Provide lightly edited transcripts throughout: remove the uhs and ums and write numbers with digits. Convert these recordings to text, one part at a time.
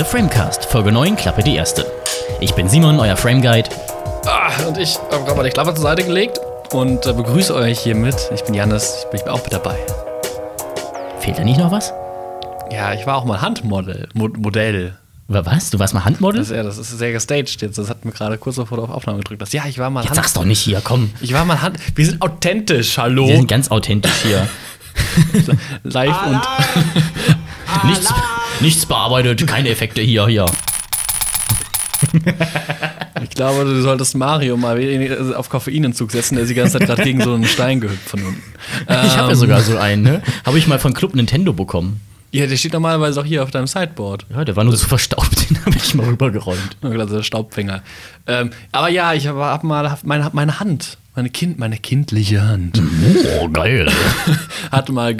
Framecast, Folge 9, Klappe die erste. Ich bin Simon, euer Frame Guide. Und ich habe gerade mal die Klappe zur Seite gelegt und begrüße euch hiermit. Ich bin Jannis, ich bin auch mit dabei. Fehlt da nicht noch was? Ja, ich war auch mal Handmodell. Was? Du warst mal Handmodel? Das ist sehr gestaged jetzt. Das hat mir gerade kurz bevor du auf Aufnahme gedrückt hast. Ja, ich war mal Jetzt sag's doch nicht hier, komm. Ich war mal Wir sind authentisch, hallo. Wir sind ganz authentisch hier. Live und nichts bearbeitet, keine Effekte hier. Ich glaube, du solltest Mario mal auf Koffeinentzug setzen, der ist die ganze Zeit gerade gegen so einen Stein gehüpft von unten. Ich habe ja sogar so einen, ne? Habe ich mal von Club Nintendo bekommen. Ja, der steht normalerweise auch hier auf deinem Sideboard. Ja, der war nur so verstaubt, den habe ich mal rübergeräumt. Also der Staubfänger. Aber ja, ich hab mal meine Hand, meine kindliche Hand. Oh, geil. hat mal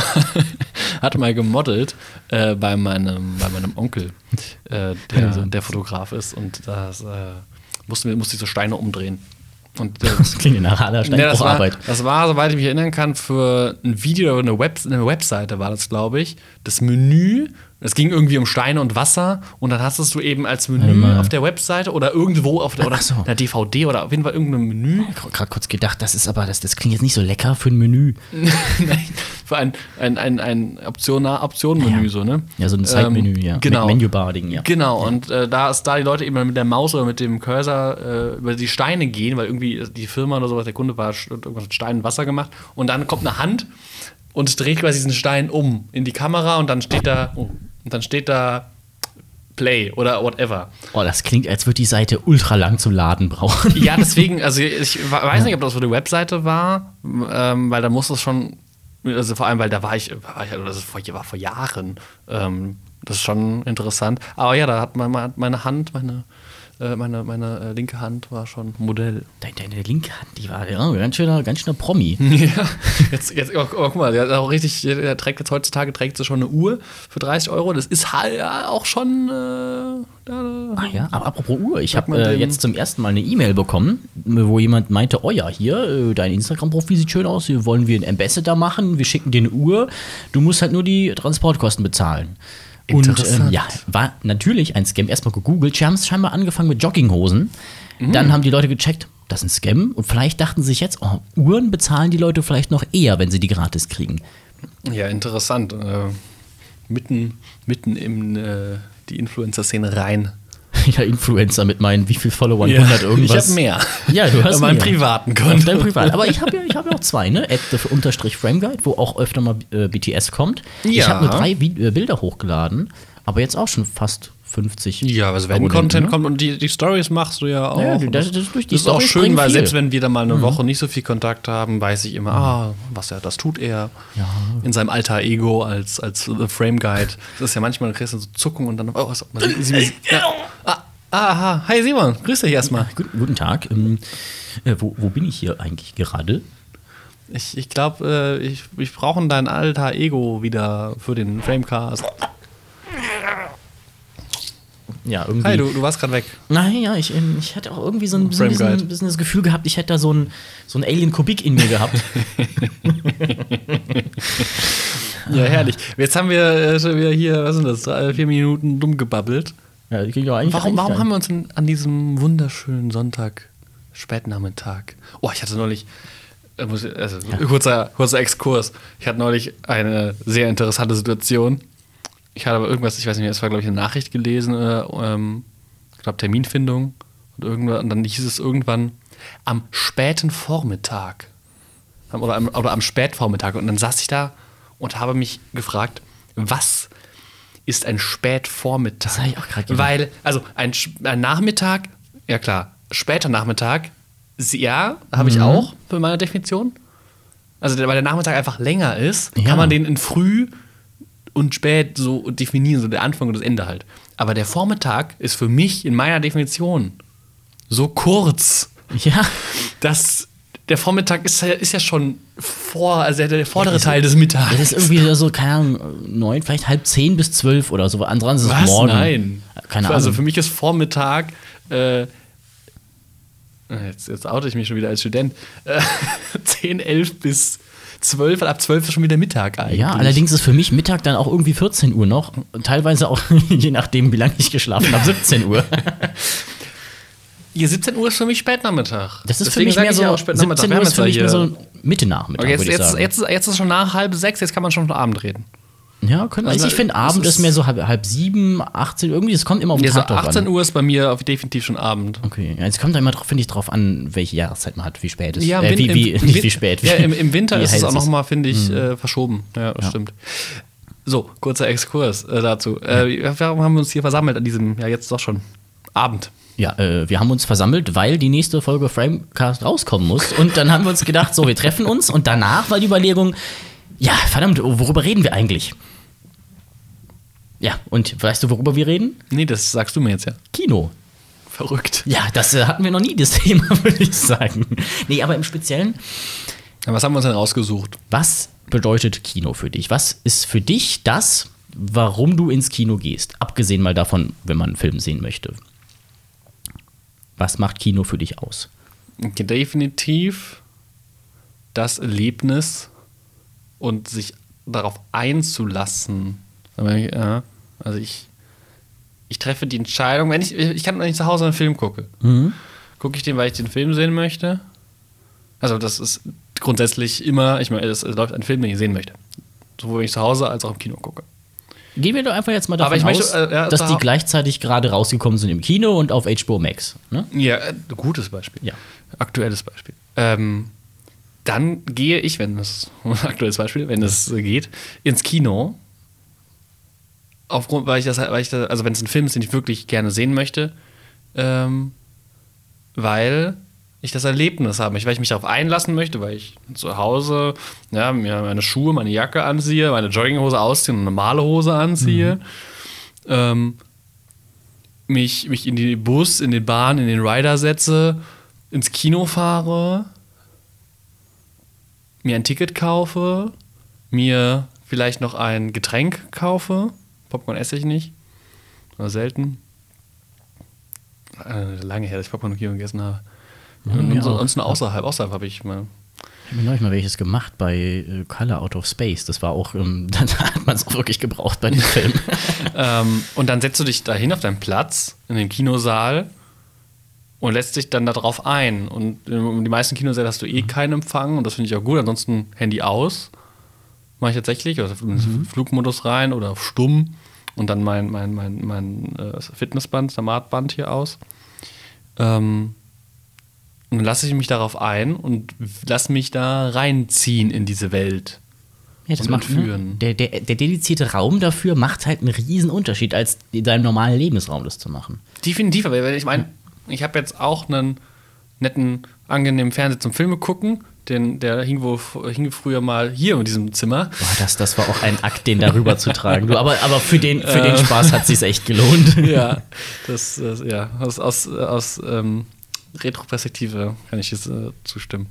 gemodelt bei meinem Onkel, der Fotograf ist. Und das musste ich so Steine umdrehen. Und, das klingt nach aller Steinbrucharbeit. Das war, soweit ich mich erinnern kann, für ein Video oder eine Webseite war das, glaube ich. Das Menü, es ging irgendwie um Steine und Wasser. Und dann hast du eben als Menü auf der Webseite oder irgendwo auf der einer DVD oder auf jeden Fall irgendein Menü. Ich habe gerade kurz gedacht, das klingt jetzt nicht so lecker für ein Menü. Nein, für ein Option-Menü, so, ne? Ja, so ein Zeitmenü, ja. Genau. Mit Menübar-Ding, ja. Genau, und da die Leute eben mit der Maus oder mit dem Cursor über die Steine gehen, weil irgendwie die Firma oder sowas, der Kunde war irgendwas mit Stein und Wasser gemacht. Und dann kommt eine Hand und dreht quasi diesen Stein um in die Kamera und dann steht da Play oder whatever. Oh, das klingt, als würde die Seite ultra lang zum Laden brauchen. Ja, deswegen, also ich weiß nicht, ob das für die Webseite war, weil da muss es schon, also vor allem, weil da war ich das war vor Jahren. Das ist schon interessant. Aber ja, da hat meine Hand, meine linke Hand war schon Modell. Deine linke Hand, die war ganz schöner Promi. Ja, jetzt guck mal, der trägt jetzt heutzutage sie schon eine Uhr für 30 €. Das ist halt ja auch schon. Ja, aber apropos Uhr, ich habe jetzt zum ersten Mal eine E-Mail bekommen, wo jemand meinte: Oh ja, hier, dein Instagram-Profil sieht schön aus, hier wollen wir einen Ambassador machen, wir schicken dir eine Uhr, du musst halt nur die Transportkosten bezahlen. Und war natürlich ein Scam. Erstmal gegoogelt. Sie haben es scheinbar angefangen mit Jogginghosen. Dann haben die Leute gecheckt, das ist ein Scam. Und vielleicht dachten sie sich jetzt, Uhren bezahlen die Leute vielleicht noch eher, wenn sie die gratis kriegen. Ja, interessant. Mitten in die Influencer-Szene rein. Ja, Influencer mit meinen, wie viel Followern? 100 irgendwas. Ich habe mehr. Ja, du hast auf meinem privaten Konto. Auf deinem privaten. Aber ich hab ja auch zwei, ne? @_frameguide, wo auch öfter mal BTS kommt. Ja. Ich habe nur 3 Bilder hochgeladen, aber jetzt auch schon fast 50. Ja, also wenn Content kommt und die Stories machst du ja auch. Ja, das ist auch schön, weil selbst wenn wir dann mal eine Woche nicht so viel Kontakt haben, weiß ich immer, das tut er in seinem alter Ego als Frame Guide. Das ist ja manchmal, kriegst du so Zucken und dann, hi Simon, grüß dich erstmal. Guten Tag. Wo bin ich hier eigentlich gerade? Ich glaube, ich brauche dein alter Ego wieder für den Framecast. Ja, irgendwie. Hi, du warst gerade weg. Nein, ja, ich hatte auch irgendwie so ein bisschen das Gefühl gehabt, ich hätte da so ein Alien-Kubik in mir gehabt. Ja, herrlich. Jetzt haben wir schon wieder hier, was sind das, 4 Minuten dumm gebabbelt. Ja, warum haben wir uns an diesem wunderschönen Sonntag, Spätnachmittag, ich hatte neulich, kurzer Exkurs, ich hatte neulich eine sehr interessante Situation. Ich hatte aber irgendwas, ich weiß nicht mehr, es war, glaube ich, eine Nachricht gelesen, ich glaube Terminfindung und dann hieß es irgendwann am späten Vormittag oder am Spätvormittag und dann saß ich da und habe mich gefragt, was ist ein Spätvormittag? Das habe ich auch gerade gedacht. Weil, also ein Nachmittag, ja klar, später Nachmittag, ja, habe ich auch für meine Definition. Also weil der Nachmittag einfach länger ist, kann man den in früh und spät so definieren, so der Anfang und das Ende halt. Aber der Vormittag ist für mich in meiner Definition so kurz, dass der Vormittag ist ja schon der vordere Teil des Mittags. Das ist irgendwie so, keine Ahnung, 9, vielleicht 9:30 bis 12 oder so. Ansonsten ist es morgen. Nein. Keine Ahnung. Also für mich ist Vormittag jetzt oute ich mich schon wieder als Student. 10, 11 bis 12, weil ab 12 ist schon wieder Mittag eigentlich. Ja, allerdings ist für mich Mittag dann auch irgendwie 14 Uhr noch. Und teilweise auch, je nachdem, wie lange ich geschlafen habe, 17 Uhr. Hier 17 Uhr ist für mich Spätnachmittag. Das ist für mich mehr so, 17 Uhr ist für mich mehr so Mitte Nachmittag, okay, würde ich sagen. Jetzt ist es schon nach 5:30, jetzt kann man schon von Abend reden. Ja, also ich finde, Abend ist mehr so halb 7, 18, irgendwie, es kommt immer um den Tag drauf an. 18 Uhr ist bei mir definitiv schon Abend. Okay, ja, es kommt immer, finde ich, drauf an, welche Jahreszeit man hat, wie spät es ist. Ja, wie spät. Ja, im Winter ist es auch nochmal, finde ich, verschoben. Ja, das stimmt. So, kurzer Exkurs dazu. Warum haben wir uns hier versammelt an diesem, jetzt doch schon, Abend? Ja, wir haben uns versammelt, weil die nächste Folge Framecast rauskommen muss. Und dann haben wir uns gedacht, so, wir treffen uns. Und danach war die Überlegung, ja, verdammt, worüber reden wir eigentlich? Ja, und weißt du, worüber wir reden? Nee, das sagst du mir jetzt ja. Kino. Verrückt. Ja, das hatten wir noch nie, das Thema, würde ich sagen. Nee, aber im Speziellen. Ja, was haben wir uns denn rausgesucht? Was bedeutet Kino für dich? Was ist für dich das, warum du ins Kino gehst? Abgesehen mal davon, wenn man einen Film sehen möchte. Was macht Kino für dich aus? Definitiv das Erlebnis und sich darauf einzulassen. Also ich treffe die Entscheidung, wenn ich kann, wenn ich zu Hause einen Film gucke, gucke ich den, weil ich den Film sehen möchte. Also das ist grundsätzlich immer, ich meine, es läuft ein Film, den ich sehen möchte. Sowohl wenn ich zu Hause als auch im Kino gucke. Gehen wir doch einfach jetzt mal davon aus, dass die gleichzeitig gerade rausgekommen sind im Kino und auf HBO Max. Ne? Ja, gutes Beispiel. Ja. Aktuelles Beispiel. Dann gehe ich, wenn es geht, ins Kino. Aufgrund, weil ich das, also wenn es ein Film ist, den ich wirklich gerne sehen möchte, weil ich das Erlebnis habe, weil ich mich darauf einlassen möchte, weil ich zu Hause mir meine Schuhe, meine Jacke anziehe, meine Jogginghose ausziehe und eine normale Hose anziehe, mich in den Bus, in den Bahn, in den Rider setze, ins Kino fahre, mir ein Ticket kaufe, mir vielleicht noch ein Getränk kaufe. Popcorn esse ich nicht. Oder selten. Lange her, dass ich Popcorn im Kino gegessen habe. Und sonst nur außerhalb habe ich mal. Ich habe mir neulich mal welches gemacht bei Color Out of Space. Das war auch, da hat man es auch wirklich gebraucht bei dem Film. Und dann setzt du dich dahin auf deinen Platz in den Kinosaal und lässt dich dann darauf ein. Und die meisten Kinosäle hast du keinen Empfang und das finde ich auch gut. Ansonsten Handy aus. Mache ich tatsächlich. Oder Flugmodus rein oder auf stumm. Und dann mein Fitnessband, Samatband hier aus. Und dann lasse ich mich darauf ein und lasse mich da reinziehen in diese Welt. Ja, das macht der dedizierte Raum dafür macht halt einen riesen Unterschied, als in deinem normalen Lebensraum das zu machen. Definitiv, aber ich meine, ich habe jetzt auch einen netten, angenehmen Fernseher zum Filme gucken. Der hing früher mal hier in diesem Zimmer. Boah, das war auch ein Akt, den darüber zu tragen. Du, aber für den Spaß hat es sich echt gelohnt. Ja, aus Retroperspektive kann ich jetzt zustimmen.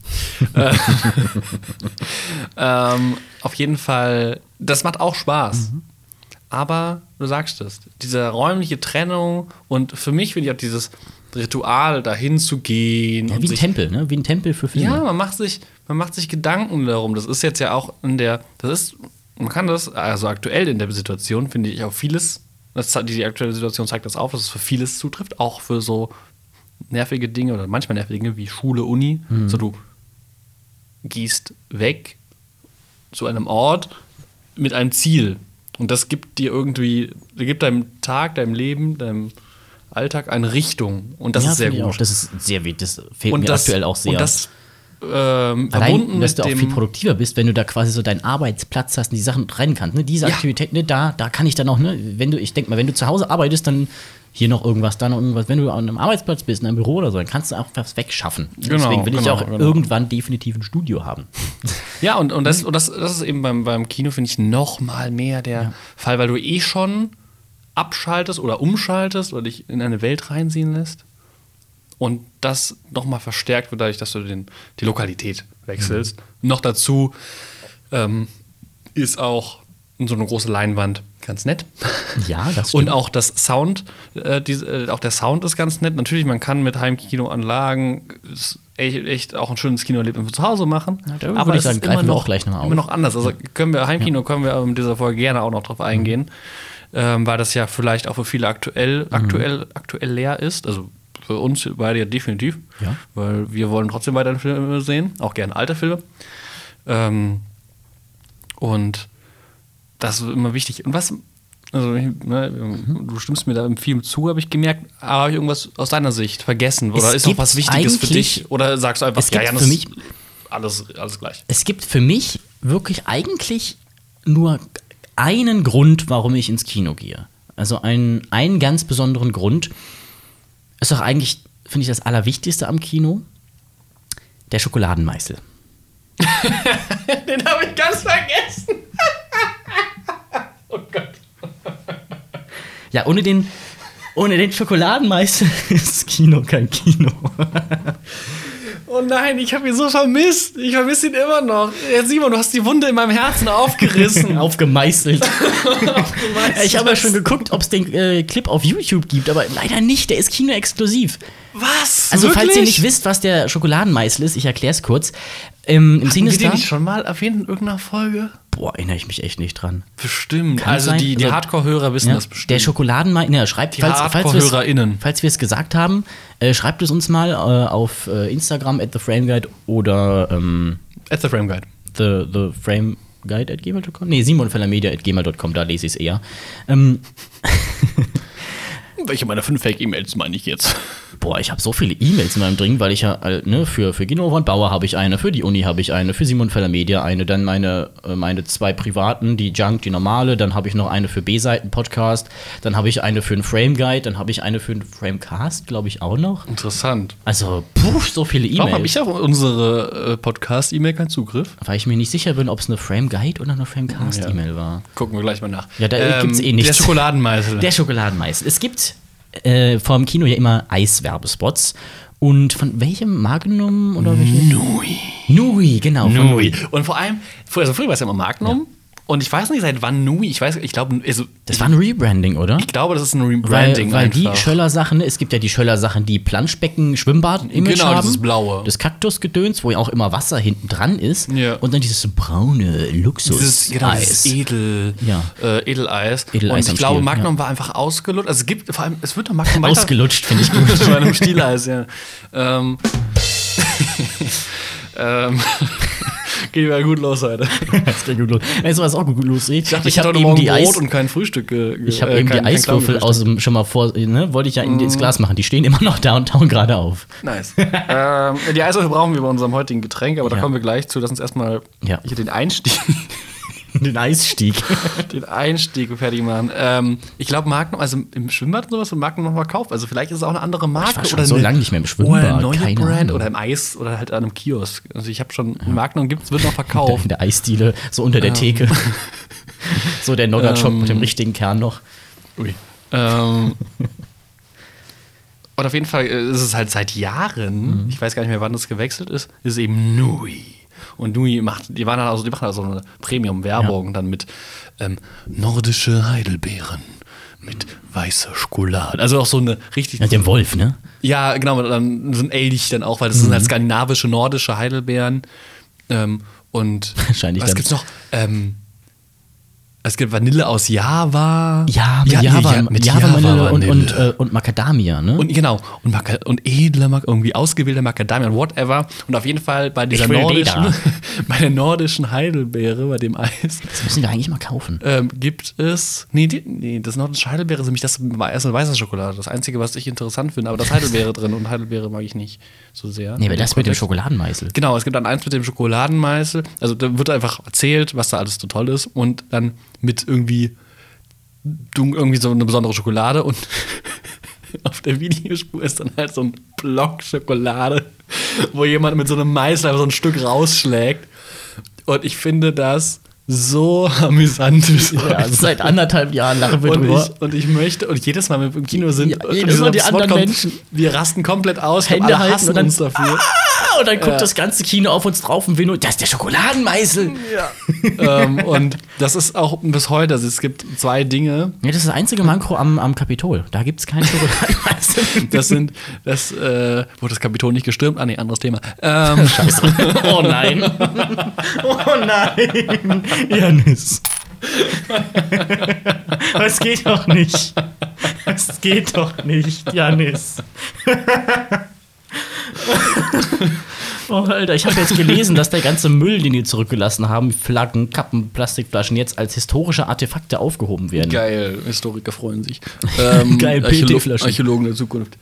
Auf jeden Fall, das macht auch Spaß. Aber du sagst es, diese räumliche Trennung und für mich finde ich auch dieses Ritual, dahin zu gehen. Ja, wie ein Tempel, ne? Wie ein Tempel für Filme. Ja, man macht sich Gedanken darum. Das ist jetzt ja auch man kann das, also aktuell in der Situation, finde ich auch vieles, die aktuelle Situation zeigt das auf, dass es für vieles zutrifft, auch für so nervige Dinge oder manchmal nervige Dinge wie Schule, Uni. So, du gehst weg zu einem Ort mit einem Ziel. Und das gibt deinem Tag, deinem Leben, deinem Alltag eine Richtung. Und das ist sehr gut. Auch. Das ist sehr wichtig. Das fehlt mir aktuell auch sehr. Und das allein, dass du auch viel produktiver bist, wenn du da quasi so deinen Arbeitsplatz hast und die Sachen trennen kannst. Ne? Diese Aktivität, ne, da kann ich dann auch, ne, ich denke mal, wenn du zu Hause arbeitest, dann hier noch irgendwas, da noch irgendwas. Wenn du an einem Arbeitsplatz bist, in einem Büro oder so, dann kannst du auch was wegschaffen. Deswegen will ich auch irgendwann definitiv ein Studio haben. Ja, und das ist eben beim Kino, finde ich, noch mal mehr der Fall, weil du schon abschaltest oder umschaltest oder dich in eine Welt reinziehen lässt. Und das nochmal verstärkt wird dadurch, dass du die Lokalität wechselst. Noch dazu ist auch so eine große Leinwand ganz nett. Ja, das stimmt. Und auch das Sound, auch der Sound ist ganz nett. Natürlich, man kann mit Heimkinoanlagen echt auch ein schönes Kinoerlebnis zu Hause machen. Ja, da aber würde ich es sagen, ist greifen wir auch gleich nochmal auf. immer noch anders. Also Heimkino können wir in dieser Folge gerne auch noch drauf eingehen, weil das ja vielleicht auch für viele aktuell leer ist. Also für uns beide ja definitiv, weil wir wollen trotzdem weiterhin Filme sehen, auch gerne alte Filme. Und das ist immer wichtig. Und was, also du stimmst mir da im Film zu, habe ich gemerkt, aber habe ich irgendwas aus deiner Sicht vergessen? Oder ist noch was Wichtiges für dich? Oder sagst du einfach, für mich alles gleich? Es gibt für mich wirklich eigentlich nur einen Grund, warum ich ins Kino gehe. Also einen ganz besonderen Grund. Ist doch eigentlich, finde ich, das Allerwichtigste am Kino. Der Schokoladenmeißel. Den habe ich ganz vergessen. Oh Gott. Ja, ohne den Schokoladenmeißel ist Kino kein Kino. Oh nein, ich habe ihn so vermisst. Ich vermisse ihn immer noch. Ja, Simon, du hast die Wunde in meinem Herzen aufgerissen. Aufgemeißelt. Ich habe ja schon geguckt, ob es den Clip auf YouTube gibt, aber leider nicht. Der ist kinoexklusiv. Was? Also, Wirklich? falls ihr nicht wisst, was der Schokoladenmeißel ist, ich erkläre es kurz. Im Hatten wir den nicht schon mal erwähnt in irgendeiner Folge? Boah, erinnere ich mich echt nicht dran. Bestimmt. Kann also sein. die Hardcore-Hörer wissen das bestimmt. Der Schokoladenmeißel, schreibt, die Hardcore-HörerInnen. Falls wir es gesagt haben, schreibt es uns mal auf Instagram @theframeguide oder @theframeguide. theframeguide@gmail.com? Nee, simonfellermedia@gmail.com, da lese ich es eher. Welche meiner 5 Fake-E-Mails meine ich jetzt? Boah, ich habe so viele E-Mails in meinem drin, weil ich ja, für Gino von Bauer habe ich eine, für die Uni habe ich eine, für Simon Feller Media eine, dann meine 2 privaten, die Junk, die normale, dann habe ich noch eine für B-Seiten-Podcast, dann habe ich eine für einen Frame-Guide, dann habe ich eine für einen Framecast, glaube ich, auch noch. Interessant. Also, so viele E-Mails. Warum habe ich auf unsere Podcast-E-Mail keinen Zugriff? Weil ich mir nicht sicher bin, ob es eine Frame-Guide oder eine Framecast-E-Mail war. Gucken wir gleich mal nach. Ja, da gibt's nichts. Der Schokoladenmeißel. Der Schokoladenmeißel. Es gibt vor dem Kino ja immer Eiswerbespots. Und von welchem Magnum oder welchem? Nui, genau. Nui. Und vor allem, früher war es ja immer Magnum. Ja. Und ich weiß nicht, seit wann Nui, ich glaube, das war ein Rebranding, oder? Ich glaube, das ist ein Rebranding. Weil die Schöller-Sachen, es gibt ja die Schöller-Sachen, die Planschbecken-Schwimmbad-Image haben. Genau, dieses blaue. Das Kaktusgedöns, wo ja auch immer Wasser hinten dran ist. Ja. Und dann dieses braune Luxus-Eis. Dieses Edeleis. Und ich glaube, Magnum war einfach ausgelutscht. Also es wird doch Magnum weiter... Ausgelutscht, finde ich gut. Bei einem Stieleis, ja. Geht wieder gut los heute. Das geht gut los. Weißt du, was auch gut los ist? Ich habe eben die Brot und kein Frühstück. Ich habe eben die Eiswürfel schon mal vor, wollte ich ja ins Glas machen. Die stehen immer noch da und tauen gerade auf. Nice. Die Eiswürfel brauchen wir bei unserem heutigen Getränk, aber da kommen wir gleich zu. Lass uns erstmal hier den Einstieg. Den Einstieg fertig machen. Ich glaube, Magnum, also im Schwimmbad und sowas, wird Magnum noch mal verkauft. Also vielleicht ist es auch eine andere Marke. Ich war schon so lange nicht mehr im Schwimmbad. Oder eine neue Brand oder im Eis oder halt an einem Kiosk. Also ich habe schon, Magnum wird noch verkauft. In der Eisdiele, so unter der Theke. So der Nougat-Shop mit dem richtigen Kern noch. Ui. Und auf jeden Fall ist es halt seit Jahren, ich weiß gar nicht mehr, wann das gewechselt ist es eben Nui. Und Nui die machen also eine Premium-Werbung dann mit nordische Heidelbeeren, mit weißer Schokolade. Also auch so eine richtig... Mit dem Wolf, ne? Ja, genau, dann so ein Elch dann auch, weil das sind halt skandinavische, nordische Heidelbeeren. Und wahrscheinlich was gibt's noch? Es gibt Vanille aus Java. Ja, mit Java-Vanille und Macadamia, ne? Und genau, und edle, irgendwie ausgewählte Macadamia und whatever. Und auf jeden Fall bei dieser bei der nordischen Heidelbeere, bei dem Eis. Das müssen wir eigentlich mal kaufen. Gibt es. Das nordische Heidelbeere ist nämlich das erste weiße Schokolade. Das Einzige, was ich interessant finde, aber das Heidelbeere drin und Heidelbeere mag ich nicht so sehr. Nee, aber das mit dem Schokoladenmeißel. Genau, es gibt dann eins mit dem Schokoladenmeißel. Also da wird einfach erzählt, was da alles so toll ist. Und dann mit irgendwie so eine besondere Schokolade und auf der Videospur ist dann halt so ein Block Schokolade, wo jemand mit so einem Meißel einfach so ein Stück rausschlägt. Und ich finde das so amüsant. Seit 1,5 Jahren lachen wir drüber. Und jedes Mal, wenn wir im Kino sind, jedes Mal die anderen Menschen, wir rasten komplett aus, Hände alle halten hassen und dann uns dafür. Und dann guckt das ganze Kino auf uns drauf und will nur, das ist der Schokoladenmeißel. Ja. Und das ist auch bis heute, also es gibt 2 Dinge. Ja, das ist das einzige Manko am Kapitol. Da gibt es keinen Schokoladenmeißel. Wurde das Kapitol nicht gestürmt? Ah, nee, anderes Thema. Scheiße. Oh nein. Oh nein. Janis. Das geht doch nicht. Das geht doch nicht, Janis. Oh, Alter, ich habe jetzt gelesen, dass der ganze Müll, den die zurückgelassen haben, Flaggen, Kappen, Plastikflaschen, jetzt als historische Artefakte aufgehoben werden. Geil, Historiker freuen sich. Geil, PT-Flaschen. Archäologen der Zukunft.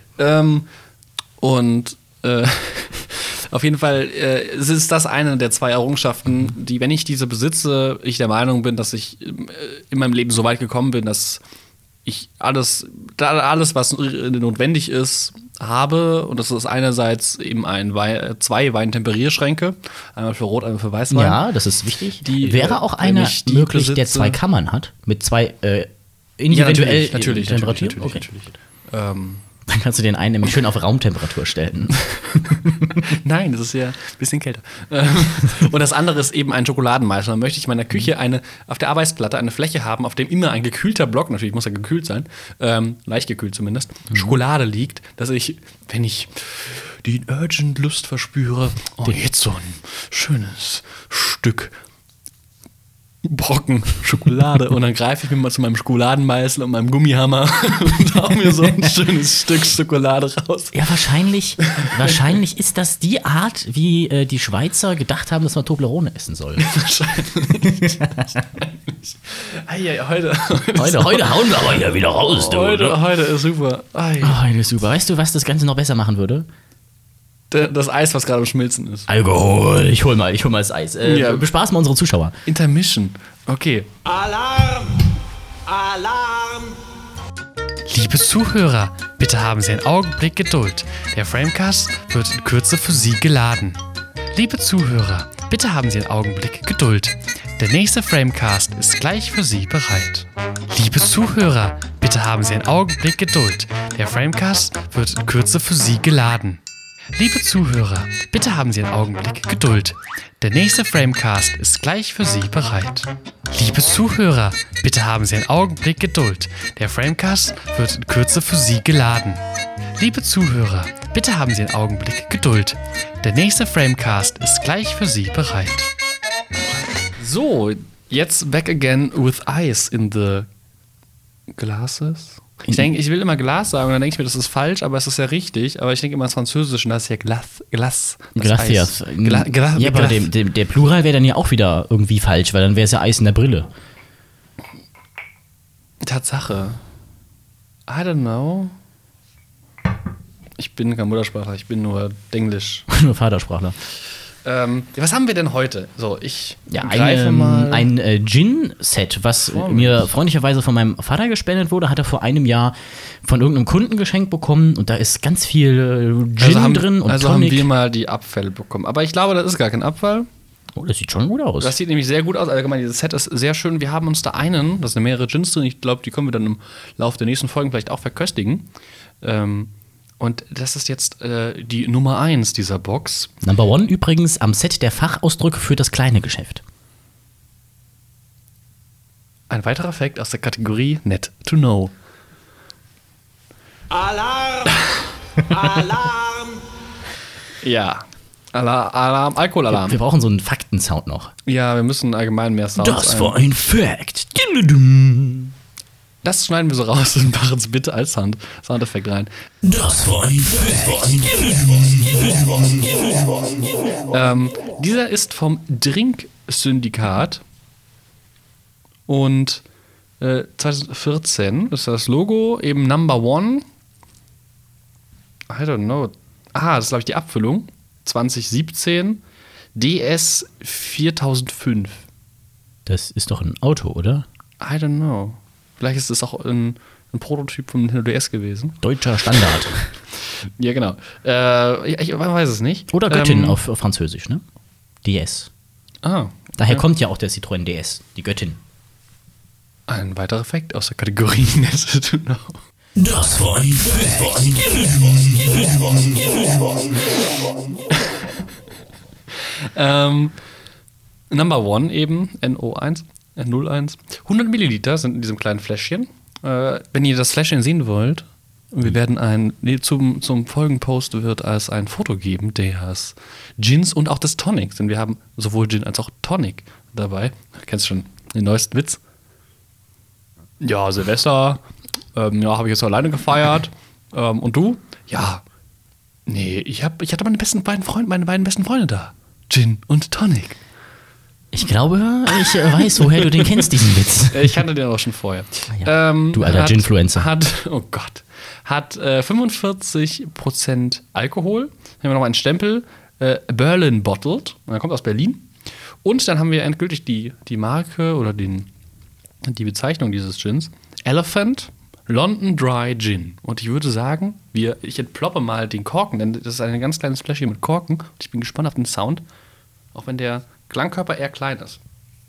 Auf jeden Fall es ist das eine der 2 Errungenschaften, die, wenn ich diese besitze, ich der Meinung bin, dass ich in meinem Leben so weit gekommen bin, dass ich alles, was notwendig ist, habe. Und das ist einerseits eben 2 Weintemperierschränke. Einmal für Rot, einmal für Weißwein. Ja, das ist wichtig. Wäre auch einer möglich, der 2 Kammern hat, mit 2 individuell natürlich, Temperaturen? Natürlich. Dann kannst du den einen nämlich schön auf Raumtemperatur stellen. Nein, das ist ja ein bisschen kälter. Und das andere ist eben ein Schokoladenmeißel. Dann möchte ich in meiner Küche auf der Arbeitsplatte eine Fläche haben, auf dem immer ein gekühlter Block, natürlich muss er gekühlt sein, leicht gekühlt zumindest, Schokolade liegt, dass ich, wenn ich die urgent Lust verspüre, jetzt so ein schönes Stück Brocken Schokolade und dann greife ich mir mal zu meinem Schokoladenmeißel und meinem Gummihammer und hau mir so ein schönes Stück Schokolade raus. Ja, wahrscheinlich ist das die Art, wie die Schweizer gedacht haben, dass man Toblerone essen soll. Wahrscheinlich. Heute hauen wir aber hier wieder raus, du. Heute ist super. Heute ist super. Weißt du, was das Ganze noch besser machen würde? Das Eis, was gerade am Schmilzen ist. Alkohol. Ich hol mal das Eis. Bespaß mal unsere Zuschauer. Intermission. Okay. Alarm! Alarm! Liebe Zuhörer, bitte haben Sie einen Augenblick Geduld. Der Framecast wird in Kürze für Sie geladen. Liebe Zuhörer, bitte haben Sie einen Augenblick Geduld. Der nächste Framecast ist gleich für Sie bereit. Liebe Zuhörer, bitte haben Sie einen Augenblick Geduld. Der Framecast wird in Kürze für Sie geladen. Liebe Zuhörer, bitte haben Sie einen Augenblick Geduld. Der nächste Framecast ist gleich für Sie bereit. Liebe Zuhörer, bitte haben Sie einen Augenblick Geduld. Der Framecast wird in Kürze für Sie geladen. Liebe Zuhörer, bitte haben Sie einen Augenblick Geduld. Der nächste Framecast ist gleich für Sie bereit. So, jetzt back again with ice in the glasses. Ich denke, ich will immer Glas sagen, und dann denke ich mir, das ist falsch, aber es ist ja richtig. Aber ich denke immer ins Französische, und das ist ja Glas. Glaciers. Ja, aber der Plural wäre dann ja auch wieder irgendwie falsch, weil dann wäre es ja Eis in der Brille. Tatsache. I don't know. Ich bin kein Muttersprachler, ich bin nur Denglisch. Nur Vatersprachler. Was haben wir denn heute? So, ich greife mal. Ein Gin-Set, was mir freundlicherweise von meinem Vater gespendet wurde, hat er vor einem Jahr von irgendeinem Kunden geschenkt bekommen. Und da ist ganz viel Gin drin und Also Tonic. haben wir mal die Abfälle bekommen. Aber ich glaube, das ist gar kein Abfall. Oh, das sieht schon gut aus. Das sieht nämlich sehr gut aus. Allgemein, dieses Set ist sehr schön. Wir haben uns da das sind mehrere Gins drin. Ich glaube, die können wir dann im Laufe der nächsten Folgen vielleicht auch verköstigen. Und das ist jetzt die Nummer 1 dieser Box. Number 1 übrigens am Set der Fachausdrücke für das kleine Geschäft. Ein weiterer Fakt aus der Kategorie Net to Know. Alarm! Alarm! Ja. Alarm, Alkoholalarm. Wir brauchen so einen Faktensound noch. Ja, wir müssen allgemein mehr Sounds Das war ein Fact. Das schneiden wir so raus und machen es bitte als Soundeffekt rein. Das war ein Fact. Dieser ist vom Drink-Syndikat und 2014 ist das Logo eben Number 1. I don't know. Das ist, glaube ich, die Abfüllung. 2017 DS 4005. Das ist doch ein Auto, oder? I don't know. Vielleicht ist es auch ein Prototyp vom Nintendo DS gewesen. Deutscher Standard. Ja, genau. Ich weiß es nicht. Oder Göttin auf Französisch, ne? DS. Daher kommt ja auch der Citroën DS, die Göttin. Ein weiterer Effekt aus der Kategorie Net to Know. Das war ein Fact. Number One eben, NO1, N01. 100 Milliliter sind in diesem kleinen Fläschchen. Wenn ihr das Fläschchen sehen wollt, wir werden zum Folgenpost wird es ein Foto geben des Gins und auch des Tonics. Denn wir haben sowohl Gin als auch Tonic dabei. Kennst du schon den neuesten Witz? Ja, Silvester, habe ich jetzt alleine gefeiert. Und du? Ja. Nee, ich hatte meine beiden besten Freunde da. Gin und Tonic. Ich glaube, ich weiß, woher du den kennst, diesen Witz. Ich kannte den auch schon vorher. Ja. Du alter Ginfluencer. Hat 45% Alkohol. Dann haben wir noch einen Stempel, Berlin Bottled. Er kommt aus Berlin. Und dann haben wir endgültig die Marke oder die Bezeichnung dieses Gins. Elephant London Dry Gin. Und ich würde sagen, ich entploppe mal den Korken, denn das ist ein ganz kleines Fläschchen mit Korken. Und ich bin gespannt auf den Sound, auch wenn der Klangkörper eher klein ist.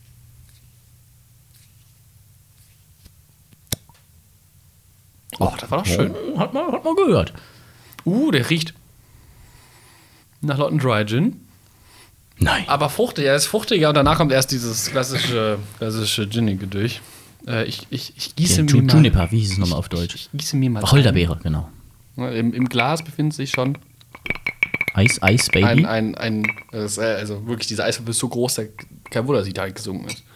Oh, das war doch schön. Hat man gehört. Der riecht nach London Dry Gin. Nein. Aber fruchtig, er ist fruchtiger und danach kommt erst dieses klassische Ginige durch. Ich gieße mir mal... Juniper, wie hieß es nochmal auf Deutsch? Ich gieße mir mal... Wacholderbeere, genau. Im Glas befindet sich schon... Eis, Baby? Also wirklich, dieser Eiswürfel ist so groß, kein Wunder, dass sie da gesungen ist.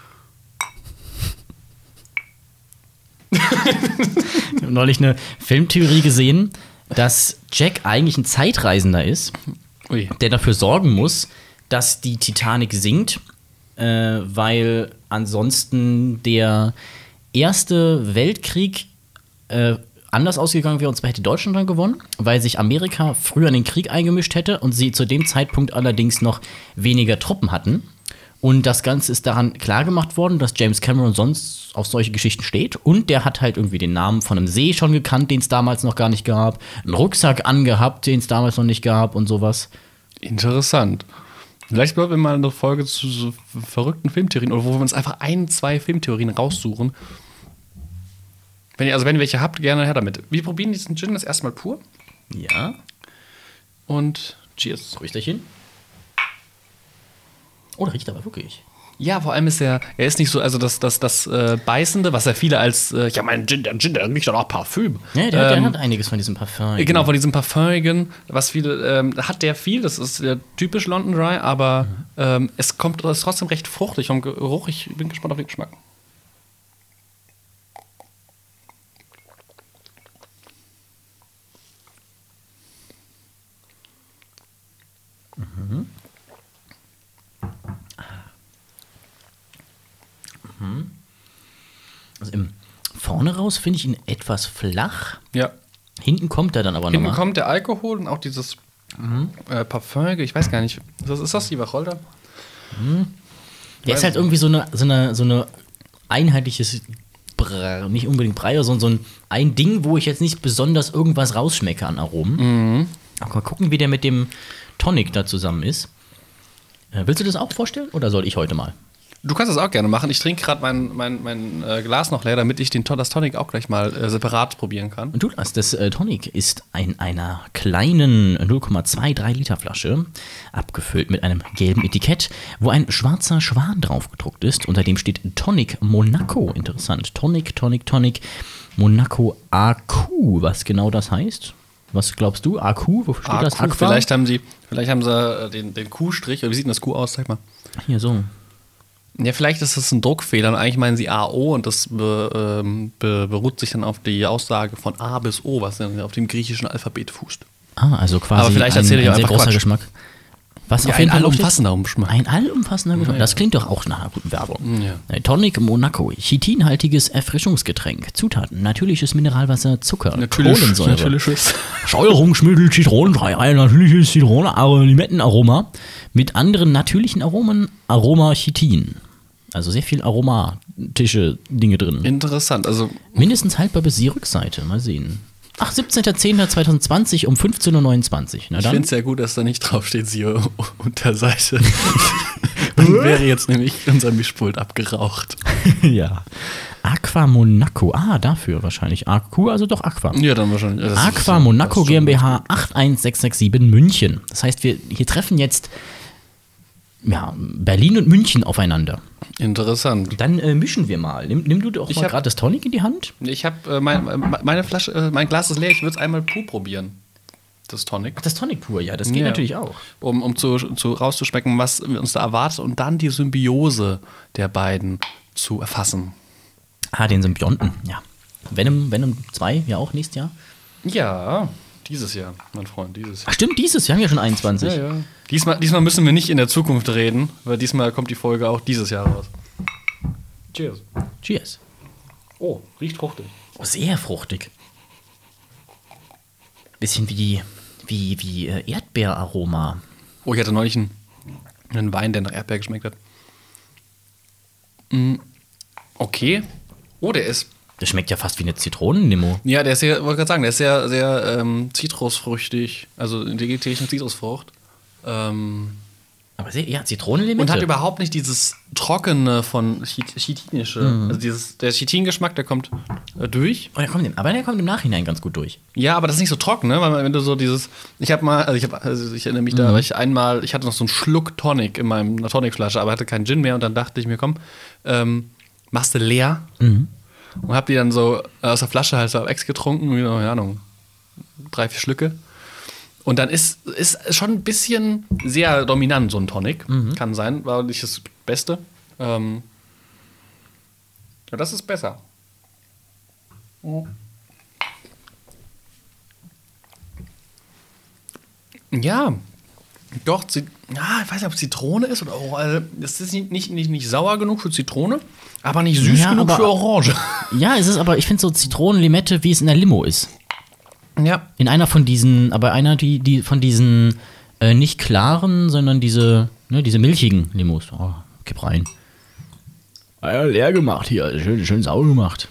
Ich habe neulich eine Filmtheorie gesehen, dass Jack eigentlich ein Zeitreisender ist, der dafür sorgen muss, dass die Titanic sinkt, weil ansonsten der Erste Weltkrieg anders ausgegangen wäre, und zwar hätte Deutschland dann gewonnen, weil sich Amerika früher in den Krieg eingemischt hätte und sie zu dem Zeitpunkt allerdings noch weniger Truppen hatten. Und das Ganze ist daran klargemacht worden, dass James Cameron sonst auf solche Geschichten steht. Und der hat halt irgendwie den Namen von einem See schon gekannt, den es damals noch gar nicht gab. Einen Rucksack angehabt, den es damals noch nicht gab und sowas. Interessant. Vielleicht sollten wir mal eine Folge zu so verrückten Filmtheorien oder wo wir uns einfach 1-2 Filmtheorien raussuchen. Wenn ihr welche habt, gerne her damit. Wir probieren diesen Gin das erstmal pur. Ja. Und cheers. Rüchterchen. Oh, der riecht aber wirklich. Ja, vor allem ist er ist nicht so, also das Beißende, was ja viele als, mein Gin, der riecht doch auch Parfüm. Ja, der hat einiges von diesem Parfum. Genau, von diesem Parfümigen, was viele, hat der viel, das ist typisch London Dry, aber es ist trotzdem recht fruchtig vom Geruch. Ich bin gespannt auf den Geschmack. Also vorne raus finde ich ihn etwas flach. Ja. Hinten kommt er dann aber nochmal. Hinten kommt der Alkohol und auch dieses Parfümige, ich weiß gar nicht. Ist das die Wacholder? Der ist halt irgendwie so eine einheitliches, nicht unbedingt Brei, sondern so ein Ding, wo ich jetzt nicht besonders irgendwas rausschmecke an Aromen. Aber mal gucken, wie der mit dem Tonic da zusammen ist. Willst du das auch vorstellen oder soll ich heute mal? Du kannst das auch gerne machen. Ich trinke gerade mein Glas noch leer, damit ich das Tonic auch gleich mal separat probieren kann. Und das Tonic ist in einer kleinen 0,23 Liter Flasche, abgefüllt mit einem gelben Etikett, wo ein schwarzer Schwan drauf gedruckt ist. Unter dem steht Tonic Monaco. Interessant. Tonic, Monaco AQ. Was genau das heißt? Was glaubst du? AQ? Wofür steht das? Aqua? Vielleicht haben sie den Q-Strich. Oder wie sieht denn das Q aus? Zeig mal. Hier so. Ja, vielleicht ist das ein Druckfehler und eigentlich meinen sie AO und das beruht sich dann auf die Aussage von A bis O, was dann auf dem griechischen Alphabet fußt. Also quasi aber vielleicht erzähle ich ein sehr großer Quatsch. Geschmack. Was Ja, auf jeden ein Fall allumfassender Geschmack. Ein allumfassender Geschmack. Ja. Das klingt doch auch nach einer guten Werbung. Ja. Tonic Monaco, chitinhaltiges Erfrischungsgetränk. Zutaten: natürliches Mineralwasser, Zucker, Kohlensäure, natürliches. Säuerungsmittel, Zitronenfrei, natürliches Zitrone, Limettenaroma mit anderen natürlichen Aromen, Aroma Chitin. Also sehr viel aromatische Dinge drin. Interessant. Also Mindestens haltbar bis die Rückseite. Mal sehen. Ach, 17.10.2020 um 15.29 Uhr. Na ich dann. finde es sehr gut, dass da nicht draufsteht, siehe Unterseite. Dann wäre jetzt nämlich unser Mischpult abgeraucht. Ja. Aqua Monaco. Dafür wahrscheinlich. AQ, also doch Aqua. Ja, dann wahrscheinlich. Das Aqua Monaco GmbH 81667 München. Das heißt, wir hier treffen jetzt Berlin und München aufeinander. Interessant. Dann mischen wir mal. Nimm du doch mal gerade das Tonic in die Hand. Ich habe meine Flasche, mein Glas ist leer. Ich würde es einmal pur probieren. Das Tonic. Ach, das Tonic pur, ja, das geht natürlich auch. Um rauszuschmecken, was uns da erwartet und dann die Symbiose der beiden zu erfassen. Ah, den Symbionten, ja. Venom 2, ja auch nächstes Jahr. Ja, dieses Jahr, mein Freund, dieses Jahr. Ach stimmt, dieses Jahr haben wir schon 21. Ja. Diesmal müssen wir nicht in der Zukunft reden, weil diesmal kommt die Folge auch dieses Jahr raus. Cheers. Cheers. Oh, riecht fruchtig. Oh, sehr fruchtig. Bisschen wie Erdbeeraroma. Oh, ich hatte neulich einen Wein, der nach Erdbeer geschmeckt hat. Okay. Oh, der ist... Das schmeckt ja fast wie eine Zitronenlimo. Ja, der ist sehr, wollte gerade sagen, der ist sehr, sehr zitrusfrüchtig. Also integrierte Zitrusfrucht. Aber sehr, Zitronenlimette. Und hat überhaupt nicht dieses Trockene von Chitinische. Also der Chitin-Geschmack, der kommt durch. Oh, der kommt im Nachhinein ganz gut durch. Ja, aber das ist nicht so trocken, ne? Weil wenn du so dieses. Ich erinnere mich da, weil ich hatte noch so einen Schluck Tonic in meiner Tonicflasche, aber hatte keinen Gin mehr und dann dachte ich mir, komm, machst du leer. Und hab die dann so aus der Flasche halt so auf Ex getrunken, keine Ahnung, 3-4 Schlücke. Und dann ist schon ein bisschen sehr dominant, so ein Tonic. Kann sein, war nicht das Beste. Ja, das ist besser. Ja, doch, ich weiß nicht, ob Zitrone ist oder Orange. Das ist nicht sauer genug für Zitrone, aber nicht süß genug für Orange. Ja, es ist aber, ich finde so Zitronenlimette, wie es in der Limo ist. Ja. In einer von diesen, aber die von diesen nicht klaren, sondern diese milchigen Limos. Oh, gib rein. Ja, leer gemacht hier, schön sauer gemacht.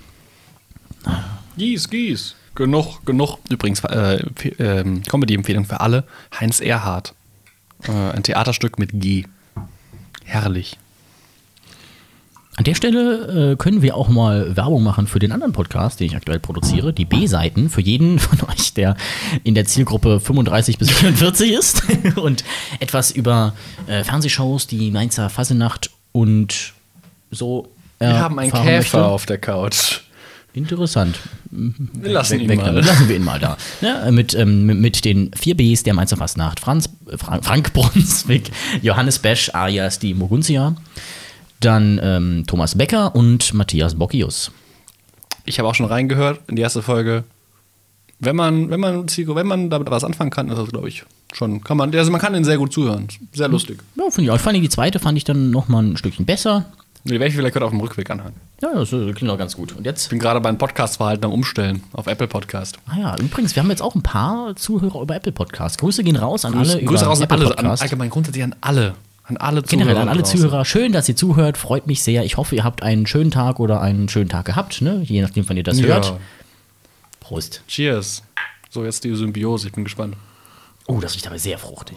Gieß. Genug. Übrigens, Comedy-Empfehlung für alle. Heinz Erhardt. Ein Theaterstück mit G. Herrlich. An der Stelle können wir auch mal Werbung machen für den anderen Podcast, den ich aktuell produziere, die B-Seiten, für jeden von euch, der in der Zielgruppe 35 bis 44 ist und etwas über Fernsehshows, die Mainzer Fassenacht und so wir haben einen Käfer auf der Couch. Interessant. Wir lassen ihn mal. Lassen wir ihn mal da. Ja, mit den 4 Bs der Mainzer Fassenacht. Frank Brunswick, Johannes Besch alias die Moguntia, dann Thomas Becker und Matthias Bockius. Ich habe auch schon reingehört in die erste Folge. Wenn man damit was anfangen kann, ist das, glaube ich, schon. Man kann den sehr gut zuhören. Sehr lustig. Ja, finde ich auch. Vor allem die zweite fand ich dann noch mal ein Stückchen besser. Die werde ich vielleicht heute auf dem Rückweg anhören. Ja, das klingt auch ganz gut. Und jetzt? Ich bin gerade beim Podcast-Verhalten am Umstellen auf Apple Podcast. Ah ja, übrigens, wir haben jetzt auch ein paar Zuhörer über Apple Podcast. Grüße gehen raus an alle Grüße raus Apple an alle, Podcast. allgemein grundsätzlich an alle. An alle Zuhörer. Generell an alle Zuhörer. Schön, dass ihr zuhört. Freut mich sehr. Ich hoffe, ihr habt einen schönen Tag oder einen schönen Tag gehabt. Ne? Je nachdem, wann ihr das hört. Prost. Cheers. So, jetzt die Symbiose. Ich bin gespannt. Oh, das riecht aber sehr fruchtig.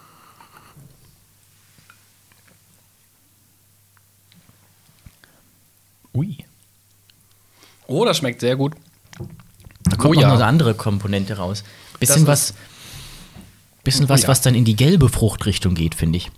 Ui. Oh, das schmeckt sehr gut. Da kommt noch eine andere Komponente raus. Bisschen was, was dann in die gelbe Fruchtrichtung geht, finde ich.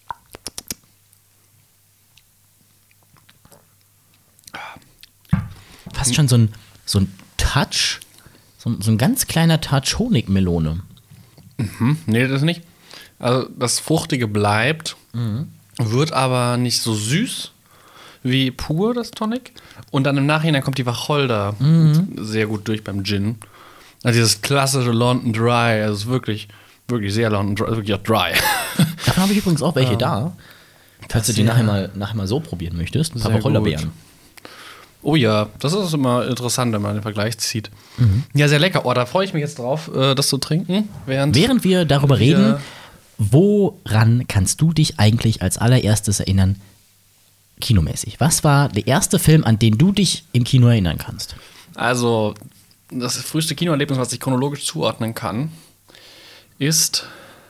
Fast schon so ein Touch, so ein ganz kleiner Touch Honigmelone. Nee, das nicht. Also das Fruchtige bleibt, wird aber nicht so süß wie pur das Tonic. Und dann im Nachhinein kommt die Wacholder sehr gut durch beim Gin. Also dieses klassische London Dry, also es ist wirklich, wirklich sehr London Dry, wirklich auch dry. Davon habe ich übrigens auch welche da. Falls du die nachher mal so probieren möchtest. Ein paar Wacholderbeeren. Oh ja, das ist immer interessant, wenn man den Vergleich zieht. Ja, sehr lecker. Oh, da freue ich mich jetzt drauf, das zu trinken. Während wir darüber reden, woran kannst du dich eigentlich als allererstes erinnern, kinomäßig? Was war der erste Film, an den du dich im Kino erinnern kannst? Also, das früheste Kinoerlebnis, was ich chronologisch zuordnen kann, ist,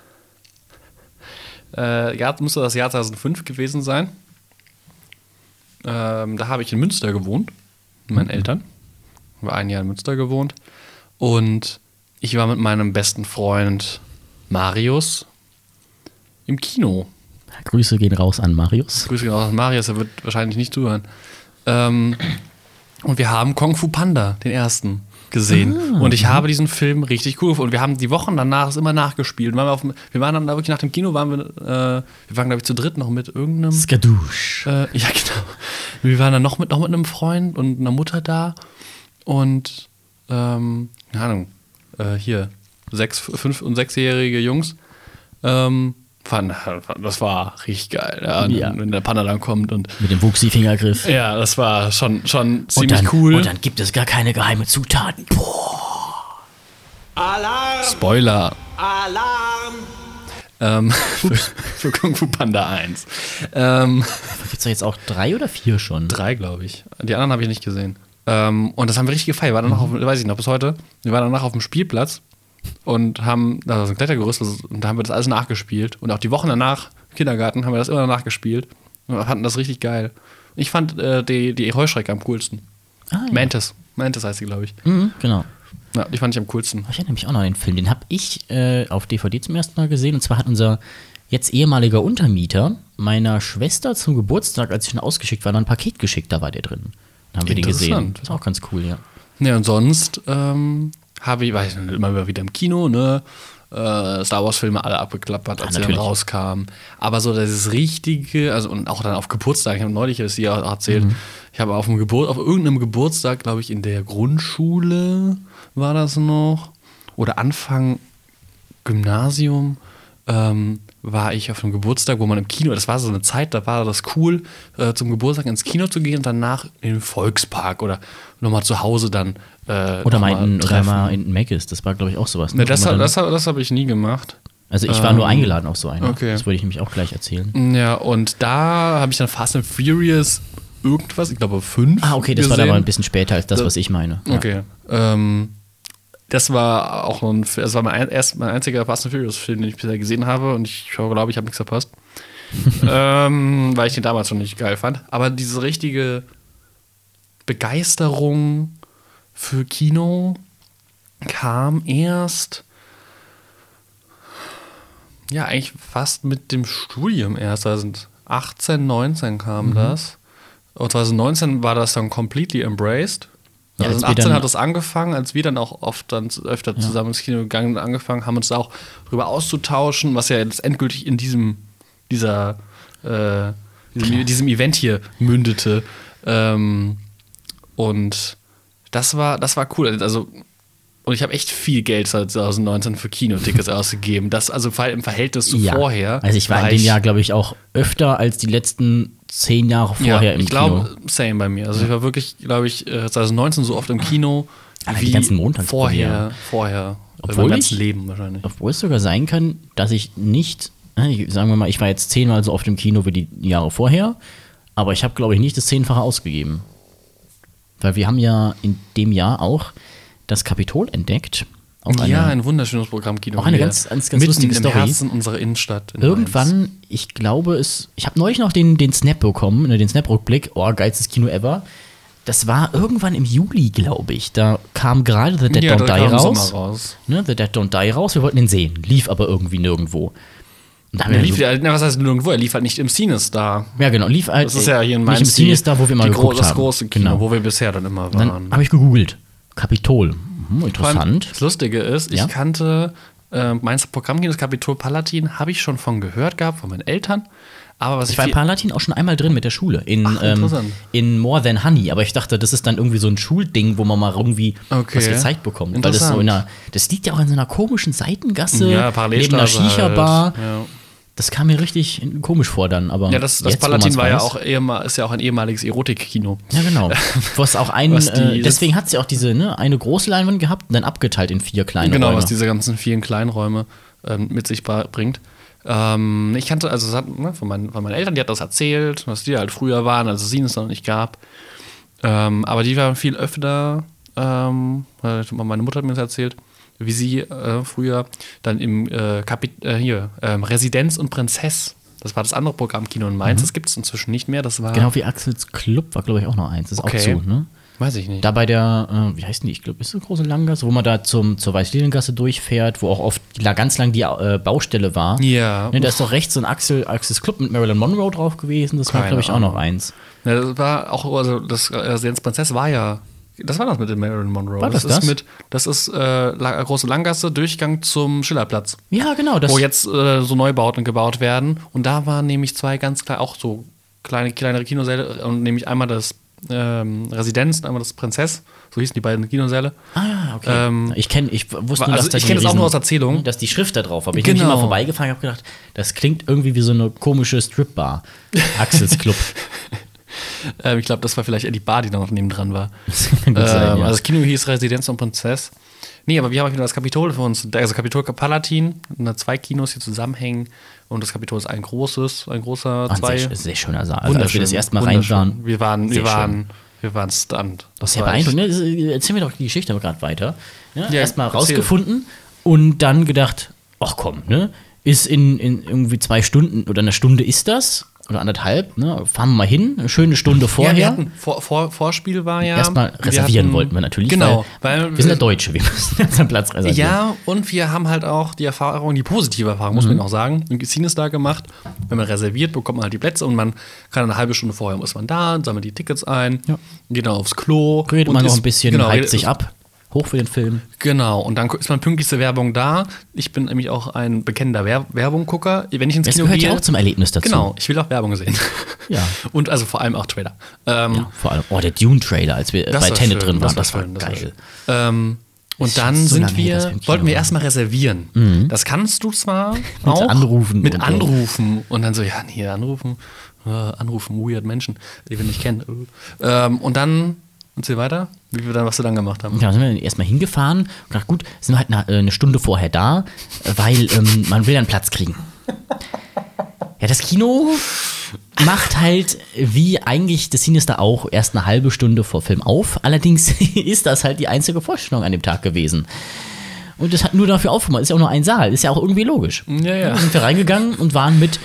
musste das Jahr 2005 gewesen sein. Da habe ich in Münster gewohnt, mit meinen Eltern. Ich war ein Jahr in Münster gewohnt. Und ich war mit meinem besten Freund Marius im Kino. Grüße gehen raus an Marius. Grüße gehen raus an Marius, er wird wahrscheinlich nicht zuhören. Und wir haben Kung Fu Panda, den ersten, gesehen. Und ich habe diesen Film richtig cool gefunden. Und wir haben die Wochen danach immer nachgespielt. Wir waren dann da wirklich nach dem Kino, wir waren, glaube ich, zu dritt noch mit irgendeinem. Skadoosh. Ja, genau. Wir waren dann noch mit einem Freund und einer Mutter da. Und, keine Ahnung, hier, 5- und 6-jährige Jungs. Das war richtig geil, ja. Wenn der Panda dann kommt und mit dem Wuchsi-Fingergriff. Ja, das war schon ziemlich cool. Und dann gibt es gar keine geheime Zutaten. Boah. Alarm! Spoiler. Alarm! Für Kung Fu Panda 1. Gibt es da jetzt auch 3 oder 4 schon? 3, glaube ich. Die anderen habe ich nicht gesehen. Und das haben wir richtig gefeiert. Wir waren danach weiß ich noch, bis heute. Wir waren danach auf dem Spielplatz und haben da so ein Klettergerüst und da haben wir das alles nachgespielt. Und auch die Wochen danach, im Kindergarten, haben wir das immer nachgespielt und fanden das richtig geil. Ich fand die Heuschrecke am coolsten. Ja. Mantis heißt sie, glaube ich. Genau. Ja, die fand ich am coolsten. Ich erinnere mich auch noch an den Film. Den habe ich auf DVD zum ersten Mal gesehen. Und zwar hat unser jetzt ehemaliger Untermieter meiner Schwester zum Geburtstag, als ich schon ausgeschickt war, noch ein Paket geschickt. Da war der drin. Dann haben wir den gesehen. Das ist auch ganz cool, ja. Ja, und sonst habe ich, weiß nicht, immer wieder im Kino, ne? Star Wars-Filme alle abgeklappert, als sie dann rauskamen. Aber so das Richtige, also und auch dann auf Geburtstag, ich habe neulich das hier erzählt, ich habe auf irgendeinem Geburtstag, glaube ich, in der Grundschule war das noch, oder Anfang Gymnasium, war ich auf einem Geburtstag, wo man im Kino, das war so eine Zeit, da war das cool, zum Geburtstag ins Kino zu gehen und danach in den Volkspark oder nochmal zu Hause dann oder mal in den Maggis, das war, glaube ich, auch sowas. Ne, das habe ich nie gemacht. Also ich war nur eingeladen auf so eine. Okay. Das wollte ich nämlich auch gleich erzählen. Ja, und da habe ich dann Fast and Furious irgendwas, ich glaube 5 okay, das gesehen. war dann mal ein bisschen später als das, was ich meine. Ja. Okay. Das war auch das war mein einziger Fast and Furious Film, den ich bisher gesehen habe und ich glaube, ich habe nichts verpasst. Weil ich den damals schon nicht geil fand. Aber diese richtige Begeisterung für Kino kam erst eigentlich fast mit dem Studium erst. Also 18, 19 kam das. Und 2019 war das dann completely embraced. Ja, 2018 hat das angefangen, als wir dann auch öfter zusammen ins Kino gegangen und angefangen haben, uns da auch drüber auszutauschen, was ja jetzt endgültig in diesem Event hier mündete. Und das war cool. Also, und ich habe echt viel Geld 2019 für Kinotickets ausgegeben. Das also im Verhältnis zu vorher. Also ich war in dem Jahr, glaube ich, auch öfter als die letzten 10 Jahre vorher im Kino. Ich glaube, same bei mir. Also ich war wirklich, glaube ich, 2019 so oft im Kino wie die ganzen vorher obwohl mein ganzes Leben wahrscheinlich. Obwohl es sogar sein kann, dass ich nicht, sagen wir mal, ich war jetzt 10-mal so oft im Kino wie die Jahre vorher, aber ich habe, glaube ich, nicht das 10-fache ausgegeben. Weil wir haben ja in dem Jahr auch das Kapitol entdeckt. Ein wunderschönes Programmkino. Auch eine ganz lustige Story. Im Herzen unserer Innenstadt. Irgendwann, ich glaube ich habe neulich noch den Snap bekommen, den Snap-Rückblick, geilstes Kino ever. Das war irgendwann im Juli, glaube ich. Da kam gerade The Dead Don't Die raus. Ne, The Dead Don't Die raus, wir wollten den sehen. Lief aber irgendwie nirgendwo. Was heißt nirgendwo? Er lief halt nicht im CineStar. Ja, genau. Lief halt das ist ja hier in Mainz nicht im CineStar, wo wir mal geguckt haben. Das große Kino, wo wir bisher dann immer waren. Dann habe ich gegoogelt. Kapitol. Interessant. Das Lustige ist, ich kannte Mainzer Programmkino, das Kapitol Palatin, habe ich schon von gehört gehabt, von meinen Eltern. Aber ich war in Palatin auch schon einmal drin mit der Schule. Interessant. In More Than Honey. Aber ich dachte, das ist dann irgendwie so ein Schulding, wo man mal irgendwie was gezeigt bekommt. Weil das das liegt ja auch in so einer komischen Seitengasse neben einer Shisha-Bar. Halt. Ja. Das kam mir richtig komisch vor dann. Aber das Palatin war ist ja auch ein ehemaliges Erotikkino. Ja, genau. Was auch deswegen hat sie auch diese eine große Leinwand gehabt und dann abgeteilt in 4 kleine Räume. Genau, was diese ganzen vielen Kleinräume mit sich bringt. Ich kannte, also von meinen Eltern, die hat das erzählt, was die halt früher waren, als es es noch nicht gab. Aber die waren viel öfter, meine Mutter hat mir das erzählt, wie sie früher dann im Residenz und Prinzess, das war das andere Programmkino in Mainz, das gibt es inzwischen nicht mehr. Das war genau wie Axels Club war, glaube ich, auch noch eins. Das ist auch zu, ne? Weiß ich nicht. Da bei der, wie heißt denn die? Ich glaube, ist das große Langgasse, wo man da zur Weißliniengasse durchfährt, wo auch oft ganz lang die Baustelle war. Ja. Ne, da ist doch rechts so ein Axis Club mit Marilyn Monroe drauf gewesen. Das war, glaube ich, auch noch eins. Ja, das war auch, also das Residenz Prinzess war ja. Das war das mit dem Marilyn Monroe. War das? Das ist große Langgasse, Durchgang zum Schillerplatz. Ja, genau. Wo jetzt so Neubauten gebaut werden. Und da waren nämlich zwei ganz klar auch so kleinere Kinosäle. Und nämlich einmal das Residenz und einmal das Prinzess. So hießen die beiden Kinosäle. Ah, okay. Ich wusste nur, also ich kenne das auch nur aus Erzählung. Dass die Schrift da drauf war. Ich bin immer vorbeigefahren und habe gedacht, das klingt irgendwie wie so eine komische Stripbar. Axis Club. Ich glaube, das war vielleicht eher die Bar, die da noch nebendran war. Das kann gut sein, ja. Also das Kino hieß Residenz und Prinzess. Nee, aber wir haben wieder das Kapitol für uns. Also Kapitol Palatin, 2 Kinos, die zusammenhängen. Und das Kapitol ist ein großer, sehr schöner Saal. Also, als wir das erste Mal rein waren. Wir waren stunned. Das war beeindruckend. Ne? Erzähl mir doch die Geschichte aber gerade weiter. Ja, erstmal rausgefunden und dann gedacht, ach komm, ne? Ist in irgendwie 2 Stunden oder 1 Stunde ist das. Oder 1,5, ne? Fahren wir mal hin, eine schöne Stunde vorher. Ja, wir hatten Vorspiel war ja. Erstmal reservieren wollten wir natürlich. Genau. Weil wir sind ja Deutsche, wir müssen unseren Platz reservieren. Ja, und wir haben halt auch die positive Erfahrung, muss man auch sagen, im Cinestar gemacht. Wenn man reserviert, bekommt man halt die Plätze und man kann eine halbe Stunde vorher ist man da, sammelt die Tickets ein, geht dann aufs Klo. Redet man noch ein bisschen, hypt sich ab. Hoch für den Film. Genau, und dann ist man pünktlich zur Werbung da. Ich bin nämlich auch ein bekennender Werbung-Gucker. Wenn ich ins Kino gehe, gehört ja auch zum Erlebnis dazu. Genau, ich will auch Werbung sehen. Ja. Und also vor allem auch Trailer. Ja, vor allem. Oh, der Dune-Trailer, als wir bei Tenet drin waren, das war geil. Und dann wollten wir erstmal reservieren. Mhm. Das kannst du zwar auch. Mit Anrufen. Und dann so, ja, hier anrufen. Anrufen, weird Menschen, die wir nicht kennen. Und dann erzähl weiter, was wir dann gemacht haben. Ja, dann sind wir erstmal hingefahren und gedacht, gut, sind wir halt eine Stunde vorher da, weil man will einen Platz kriegen. Ja, das Kino macht halt, wie eigentlich das Cinestar auch, erst eine halbe Stunde vor Film auf. Allerdings ist das halt die einzige Vorstellung an dem Tag gewesen. Und das hat nur dafür aufgemacht. Ist ja auch nur ein Saal. Ist ja auch irgendwie logisch. Ja. Da sind wir reingegangen und waren mit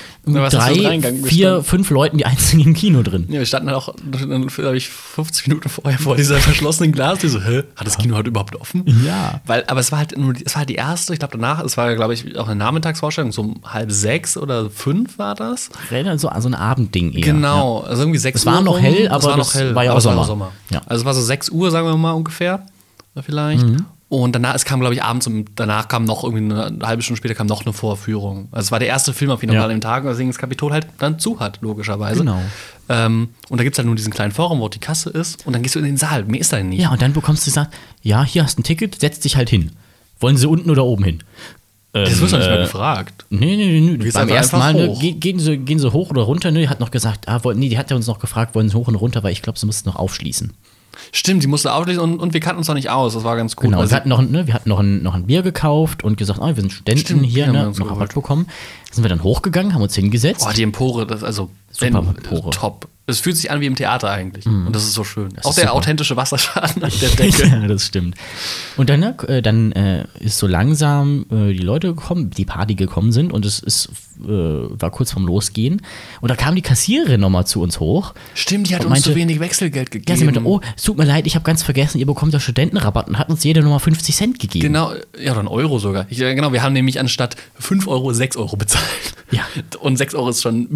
3, 4, 5 Leuten die einzigen im Kino drin. Ja, wir standen auch, glaube ich, 50 Minuten vorher vor dieser verschlossenen Glas. Die so, hat das Kino heute überhaupt offen? Ja. Aber es war halt die erste, ich glaube danach, es war, glaube ich, auch eine Nachmittagsvorstellung, so um 5:30 oder 5 war das. So ein Abendding eher. Genau, also irgendwie 6 Uhr. Es war noch hell, aber das war ja auch Sommer. Ja. Also es war so 6 Uhr, sagen wir mal ungefähr, vielleicht. Mhm. Und danach, glaube ich, abends und danach kam noch irgendwie eine halbe Stunde später kam noch eine Vorführung. Also es war der erste Film auf jeden Fall an dem Tag, weswegen das Kapitol halt dann zu hat, logischerweise. Genau. Und da gibt es halt nur diesen kleinen Forum, wo die Kasse ist und dann gehst du in den Saal. Mehr ist da nicht. Ja, und dann bekommst du gesagt, ja, hier hast du ein Ticket, setz dich halt hin. Wollen sie unten oder oben hin? Das wirst du nicht mehr gefragt. Nee. Beim ersten Mal, hoch. Gehen sie hoch oder runter? Ne? Die hat noch gesagt, die hat ja uns noch gefragt, wollen sie hoch und runter, weil ich glaube, sie mussten noch aufschließen. Stimmt, sie musste aufschließen und wir kannten uns noch nicht aus. Das war ganz gut. Genau, wir hatten noch ein Bier gekauft und gesagt, wir sind Studenten hier, noch Rabatt bekommen. Sind wir dann hochgegangen, haben uns hingesetzt. Die Empore, das also super Empore. Top. Es fühlt sich an wie im Theater eigentlich. Und das ist so schön. Auch der authentische Wasserschaden an der Decke. Ja, das stimmt. Und dann ist so langsam die Leute gekommen, die Party gekommen sind und es war kurz vorm Losgehen. Und da kam die Kassiererin nochmal zu uns hoch. Stimmt, die hat uns zu wenig Wechselgeld gegeben. Ja, sie meinte, es tut mir leid, ich habe ganz vergessen, ihr bekommt ja Studentenrabatt und hat uns jeder nochmal 50 Cent gegeben. Genau, ja, oder €1 sogar. Genau, wir haben nämlich anstatt 5 € 6 € bezahlt. Ja. Und 6 € ist schon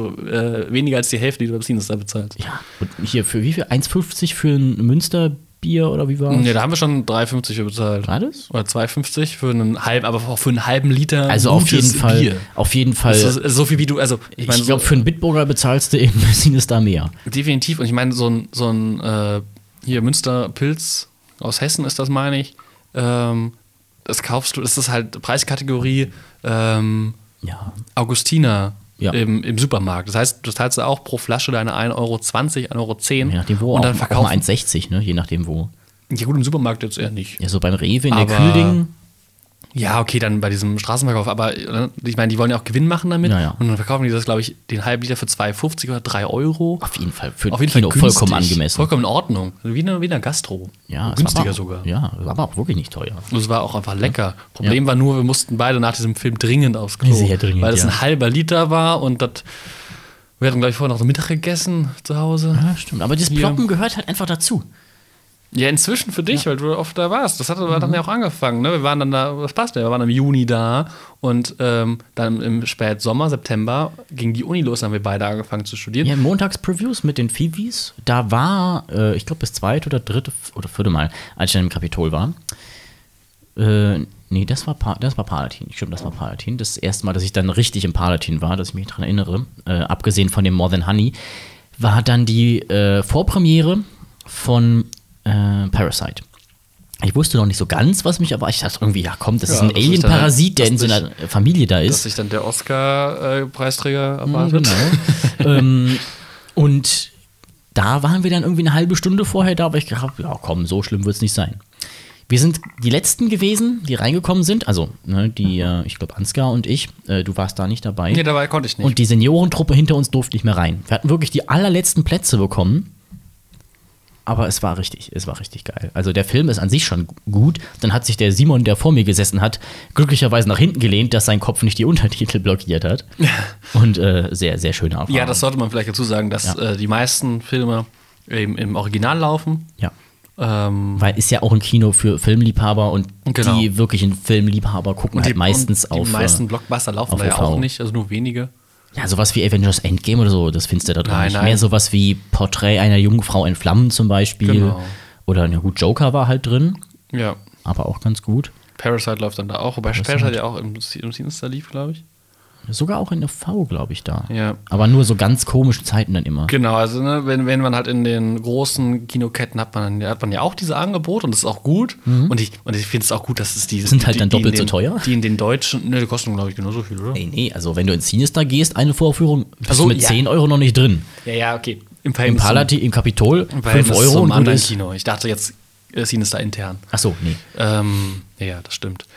weniger als die Hälfte, die du beim Cinestar bezahlst. Ja, und hier für wie viel? 1,50 für ein Münsterbier oder wie war es? Nee, da haben wir schon 3,50 € bezahlt. War das? Oder 2,50 für aber auch für einen halben Liter. Also auf jeden Fall. Bier. Auf jeden Fall. Das ist so viel wie du, ich glaube, für einen Bitburger bezahlst du im Cinestar mehr. Definitiv. Und ich meine, so ein hier Münsterpilz aus Hessen ist das, meine ich. Das kaufst du, das ist halt Preiskategorie Augustiner. Ja. Im Supermarkt. Das heißt, du zahlst auch pro Flasche deine 1,20 €, 1,10 €. Je nachdem wo. Und dann auch verkaufen. Auch mal 1,60, ne? Je nachdem wo. Ja gut, im Supermarkt jetzt eher nicht. Ja, so beim Rewe in der Kühlding. Ja, okay, dann bei diesem Straßenverkauf. Aber ich meine, die wollen ja auch Gewinn machen damit. Ja. Und dann verkaufen die das, glaube ich, den halben Liter für 2,50 oder 3 €. Auf jeden Fall. Für Kino vollkommen angemessen. Vollkommen in Ordnung. Wie eine Gastro. Ja, günstiger sogar. Ja, war aber auch wirklich nicht teuer. Und es war auch einfach lecker. Problem war nur, wir mussten beide nach diesem Film dringend aufs Klo. Sehr dringend, weil es ein halber Liter war und wir hatten, glaube ich, vorher noch so Mittag gegessen zu Hause. Ja, stimmt. Aber das Ploppen gehört halt einfach dazu. Ja, inzwischen für dich, weil du oft da warst. Das hat aber dann ja auch angefangen. Ne? Wir waren dann da, das passt ja, wir waren im Juni da und dann im Spätsommer, September, ging die Uni los, dann haben wir beide angefangen zu studieren. Ja, Montagspreviews mit den Phoebes, da war, ich glaube, das zweite oder dritte oder vierte Mal, als ich dann im Kapitol war. Nee, das war Palatin. Stimmt, das war Palatin. Das erste Mal, dass ich dann richtig im Palatin war, dass ich mich daran erinnere, abgesehen von dem More Than Honey, war dann die Vorpremiere von Parasite. Ich wusste noch nicht so ganz, was mich, aber ich dachte irgendwie, ja komm, das ist ein Alien-Parasit, der in so einer Familie da ist. Dass sich dann der Oscar-Preisträger erwartet. Genau. Und da waren wir dann irgendwie eine halbe Stunde vorher da, aber ich gedacht, ja komm, so schlimm wird es nicht sein. Wir sind die Letzten gewesen, die reingekommen sind, also ich glaube Ansgar und ich, du warst da nicht dabei. Nee, dabei konnte ich nicht. Und die Seniorentruppe hinter uns durfte nicht mehr rein. Wir hatten wirklich die allerletzten Plätze bekommen. Aber es war richtig geil. Also der Film ist an sich schon gut. Dann hat sich der Simon, der vor mir gesessen hat, glücklicherweise nach hinten gelehnt, dass sein Kopf nicht die Untertitel blockiert hat. Und sehr, sehr schöne Erfahrung. Ja, das sollte man vielleicht dazu sagen, dass die meisten Filme eben im Original laufen. Ja. Weil ist ja auch ein Kino für Filmliebhaber und die wirklichen Filmliebhaber gucken halt meistens auf. Die meisten Blockbuster laufen da ja auch nicht, also nur wenige. Ja, sowas wie Avengers Endgame oder so, das findest du da drin nicht. Nein. Mehr sowas wie Porträt einer jungen Frau in Flammen zum Beispiel. Genau. Oder, na gut, Joker war halt drin. Ja. Aber auch ganz gut. Parasite läuft dann da auch, wobei Parasite ja auch im Sinister lief, glaube ich. Sogar auch in der V, glaube ich, da. Ja. Aber nur so ganz komische Zeiten dann immer. Genau, also wenn man halt in den großen Kinoketten hat man ja auch diese Angebote und das ist auch gut. Mhm. Und ich finde es auch gut, dass es diese sind halt dann doppelt so teuer. Die in den deutschen, die kosten, glaube ich, genauso viel, oder? Nee, also wenn du ins Sinister gehst, eine Vorführung, bist du mit 10 Euro noch nicht drin. Ja, okay. Im Palatin, im Kapitol, 5 Euro zum und anderen Kino. Ich dachte jetzt Sinister intern. Ach so, nee. Ja, das stimmt.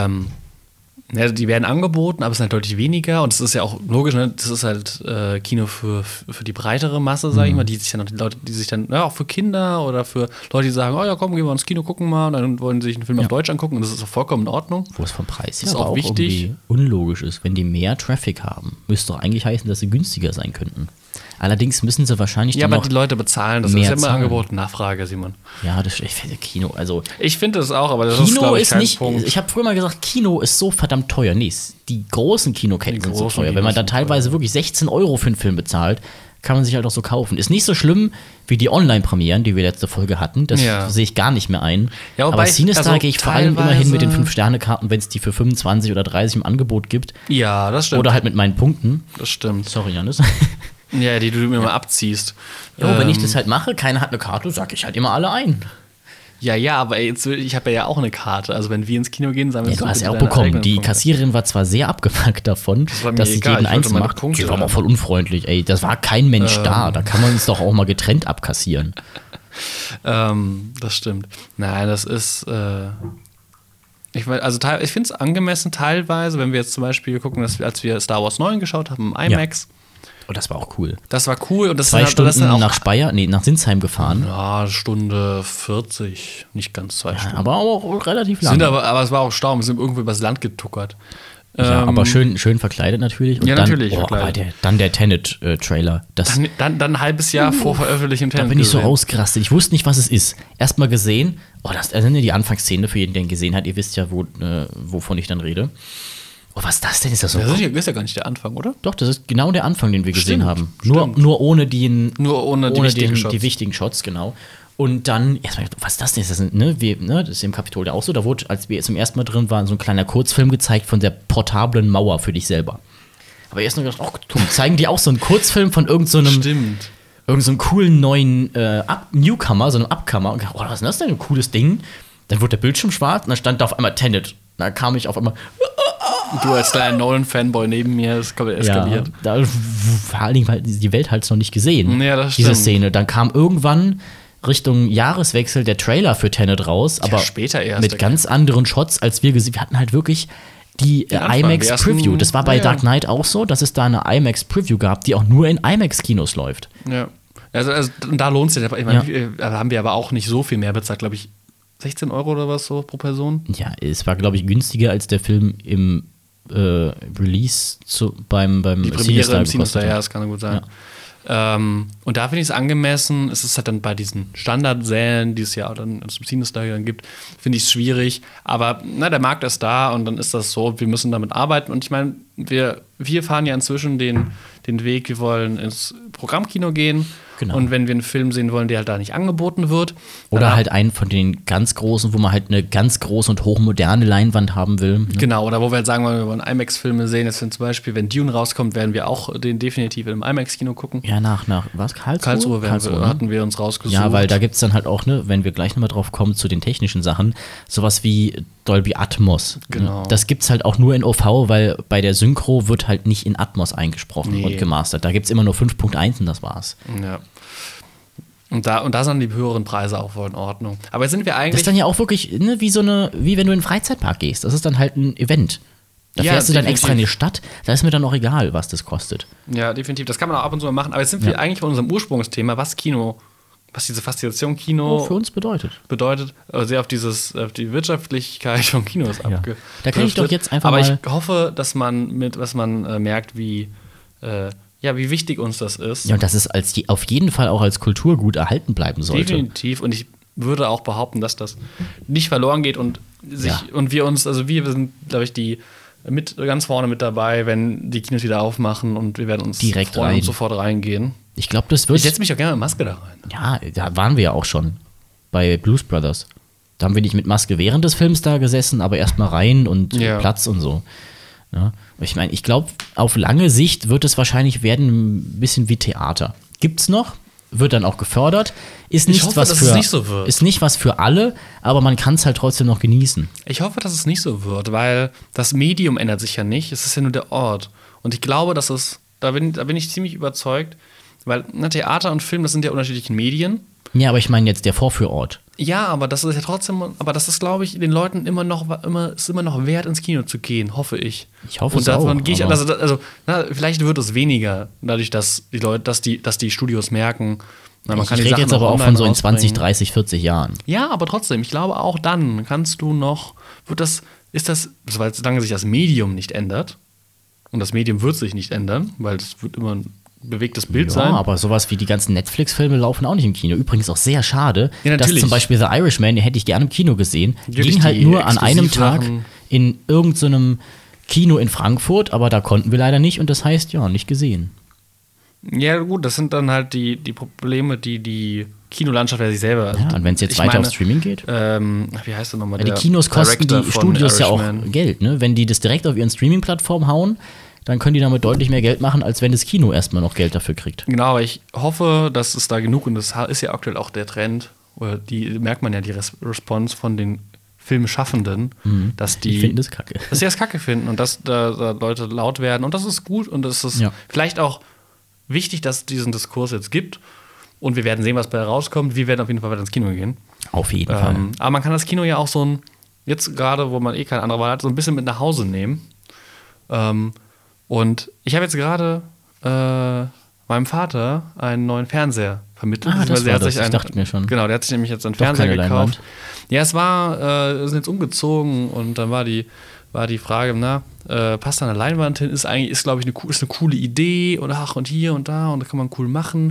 Ja, die werden angeboten, aber es sind halt deutlich weniger. Und es ist ja auch logisch, ne? Das ist halt Kino für die breitere Masse, sag ich mal, die Leute, die sich dann, auch für Kinder oder für Leute, die sagen, oh ja, komm, gehen wir ins Kino gucken mal, und dann wollen sie sich einen Film auf Deutsch angucken und das ist auch vollkommen in Ordnung. Wo es vom Preis ist auch wichtig. Irgendwie unlogisch ist, wenn die mehr Traffic haben, müsste doch eigentlich heißen, dass sie günstiger sein könnten. Allerdings müssen sie wahrscheinlich dann aber die Leute bezahlen, das ist ja immer Angebot und Nachfrage, Simon. Ja, ich finde Kino, also ich finde das auch, aber das Kino ist, glaube ich, kein nicht, Punkt. Ich habe früher mal gesagt, Kino ist so verdammt teuer. Nee, die großen Kinoketten sind so teuer. Wenn man da teilweise wirklich 16 Euro für einen Film bezahlt, kann man sich halt auch so kaufen. Ist nicht so schlimm wie die Online-Premieren, die wir letzte Folge hatten. Das sehe ich gar nicht mehr ein. Ja, aber Sinister gehe ich vor allem immer hin mit den 5-Sterne-Karten, wenn es die für 25 oder 30 im Angebot gibt. Ja, das stimmt. Oder halt mit meinen Punkten. Das stimmt. Sorry, Janis. Ja, die du mir mal abziehst. Ja, wenn ich das halt mache, keiner hat eine Karte, sag ich halt immer alle ein. Ja, aber ich habe ja auch eine Karte. Also wenn wir ins Kino gehen, sagen wir du hast ja auch bekommen. Die Kassiererin war zwar sehr abgefuckt davon, dass sie jeden einzeln macht. Die war aber voll unfreundlich. Ey, das war kein Mensch da. Da kann man uns doch auch mal getrennt abkassieren. Das stimmt. Nein, das ist ich finde es angemessen teilweise, wenn wir jetzt zum Beispiel gucken, als wir Star Wars 9 geschaut haben im IMAX. Oh, das war auch cool. Das war cool. Und das 2 Stunden nach Speyer, nach Sinsheim gefahren. Ja, Stunde 40, nicht ganz 2 Stunden. Aber auch relativ lang. Aber es war auch Stau, wir sind irgendwo übers Land getuckert. Ja, aber schön verkleidet natürlich. Und ja, dann, natürlich. Verkleidet. Dann der Tenet-Trailer. Dann ein halbes Jahr vor Veröffentlichung Tenet. Da bin ich so ausgerastet. Ich wusste nicht, was es ist. Erstmal gesehen. Oh, das sind ja die Anfangsszene für jeden, der ihn gesehen hat. Ihr wisst ja, wovon ich dann rede. Oh, was ist das denn? Ist das so? Das ist ja gar nicht der Anfang, oder? Doch, das ist genau der Anfang, den wir gesehen haben. Stimmt. Nur ohne die wichtigen Shots, genau. Und dann, erstmal, was ist das denn? Das ist im Kapitol ja auch so. Da wurde, als wir zum ersten Mal drin waren, so ein kleiner Kurzfilm gezeigt von der portablen Mauer für dich selber. Aber erst noch gedacht, zeigen die auch so einen Kurzfilm von irgendeinem coolen neuen Newcomer, so einem Upcomer. Und was ist das denn, ein cooles Ding? Dann wurde der Bildschirm schwarz und dann stand da auf einmal Tenet. Da kam ich auf einmal. Du als kleiner Nolan-Fanboy neben mir, ist komplett eskaliert. Ja, da, vor allen Dingen, weil die Welt halt noch nicht gesehen. Ja, das diese stimmt. Szene. Dann kam irgendwann Richtung Jahreswechsel der Trailer für Tenet raus, aber später erst, mit ganz anderen Shots, als wir gesehen. Wir hatten halt wirklich die IMAX-Preview. Das war bei Dark Knight auch so, dass es da eine IMAX-Preview gab, die auch nur in IMAX-Kinos läuft. Ja. Also da lohnt es sich. Ich meine, da haben wir aber auch nicht so viel mehr bezahlt, glaube ich. 16 Euro oder was so pro Person? Ja, es war, glaube ich, günstiger als der Film im Release beim die Premiere im Sinister, ja, das kann gut sein. Und da finde ich es angemessen. Es ist halt dann bei diesen Standardsälen, die es ja dann zum Cinestadion gibt, finde ich es schwierig. Aber der Markt ist da und dann ist das so. Wir müssen damit arbeiten. Und ich meine, wir fahren ja inzwischen den Weg, wir wollen ins Programmkino gehen. Genau. Und wenn wir einen Film sehen wollen, der halt da nicht angeboten wird. Oder halt einen von den ganz großen, wo man halt eine ganz große und hochmoderne Leinwand haben will. Ne? Genau, oder wo wir halt sagen wollen, wir wollen IMAX-Filme sehen. Jetzt zum Beispiel, wenn Dune rauskommt, werden wir auch den definitiv in einem IMAX-Kino gucken. Ja, nach was? Karlsruhe? Karlsruhe hatten wir uns rausgesucht. Ja, weil da gibt es dann halt auch, ne, wenn wir gleich nochmal drauf kommen, zu den technischen Sachen, sowas wie Dolby Atmos. Genau. Ne? Das gibt's halt auch nur in OV, weil bei der Synchro wird halt nicht in Atmos eingesprochen und gemastert. Da gibt's immer nur 5.1 und das war's. Ja. Und da sind die höheren Preise auch voll in Ordnung. Aber sind wir eigentlich. Das ist dann ja auch wirklich, ne, wie wenn du in den Freizeitpark gehst. Das ist dann halt ein Event. Da fährst du dann extra in die Stadt, da ist mir dann auch egal, was das kostet. Ja, definitiv. Das kann man auch ab und zu mal machen. Aber jetzt sind wir eigentlich bei unserem Ursprungsthema, was diese Faszination Kino für uns bedeutet. Also sehr auf die Wirtschaftlichkeit von Kinos abgedriftet. Da kann ich doch jetzt einfach Aber mal. ich hoffe, dass man merkt, wie wichtig uns das ist. Ja, und dass es auf jeden Fall auch als Kulturgut erhalten bleiben sollte. Definitiv. Und ich würde auch behaupten, dass das nicht verloren geht und wir sind, glaube ich, ganz vorne mit dabei, wenn die Kinos wieder aufmachen und wir werden uns direkt freuen und sofort reingehen. Ich glaube, das wird. Ich setze mich auch gerne mit Maske da rein. Ja, da waren wir ja auch schon bei Blues Brothers. Da haben wir nicht mit Maske während des Films da gesessen, aber erstmal rein und Platz und so. Ja. Ich meine, ich glaube, auf lange Sicht wird es wahrscheinlich werden ein bisschen wie Theater. Gibt's noch, wird dann auch gefördert. Ist nicht was für alle, aber man kann es halt trotzdem noch genießen. Ich hoffe, dass es nicht so wird, weil das Medium ändert sich ja nicht. Es ist ja nur der Ort. Und ich glaube, da bin ich ziemlich überzeugt, weil Theater und Film, das sind ja unterschiedliche Medien. Ja, aber ich meine jetzt der Vorführort. Ja, aber das ist ja trotzdem, glaube ich, den Leuten immer noch wert, ins Kino zu gehen, hoffe ich. Ich hoffe es auch. Vielleicht wird es weniger, dadurch, dass die Studios merken, ich rede jetzt aber auch von so in 20, 30, 40 Jahren. Ja, aber trotzdem, ich glaube auch dann kannst du noch, weil solange sich das Medium nicht ändert, und das Medium wird sich nicht ändern, weil es wird immer ein bewegtes Bild sein. Ja, aber sowas wie die ganzen Netflix-Filme laufen auch nicht im Kino. Übrigens auch sehr schade, dass zum Beispiel The Irishman, den hätte ich gerne im Kino gesehen, ging halt nur an einem Tag in irgendeinem Kino in Frankfurt, aber da konnten wir leider nicht und das heißt, nicht gesehen. Ja gut, das sind dann halt die Probleme, die Kinolandschaft sich selber. Ja, und wenn es jetzt weiter auf Streaming geht? Wie heißt der nochmal? Die Kinos kosten die Studios ja auch Geld, ne? Wenn die das direkt auf ihren Streaming-Plattformen hauen, dann können die damit deutlich mehr Geld machen, als wenn das Kino erstmal noch Geld dafür kriegt. Genau, aber ich hoffe, dass es da genug, und das ist ja aktuell auch der Trend, oder die merkt man ja, die Response von den Filmschaffenden, dass die finden das kacke. Dass sie das kacke finden und dass da Leute laut werden und das ist gut und es ist vielleicht auch wichtig, dass es diesen Diskurs jetzt gibt und wir werden sehen, was bei rauskommt. Wir werden auf jeden Fall weiter ins Kino gehen. Auf jeden Fall. Aber man kann das Kino ja auch jetzt gerade, wo man keine andere Wahl hat, so ein bisschen mit nach Hause nehmen. Und ich habe jetzt gerade meinem Vater einen neuen Fahrenseher vermittelt. Ich dachte mir schon. Genau, der hat sich nämlich jetzt einen Fernseher gekauft. Leinwand. Ja, wir sind jetzt umgezogen und dann war die Frage, passt da eine Leinwand hin? Ist glaube ich, eine coole Idee und und hier und da und da kann man cool machen.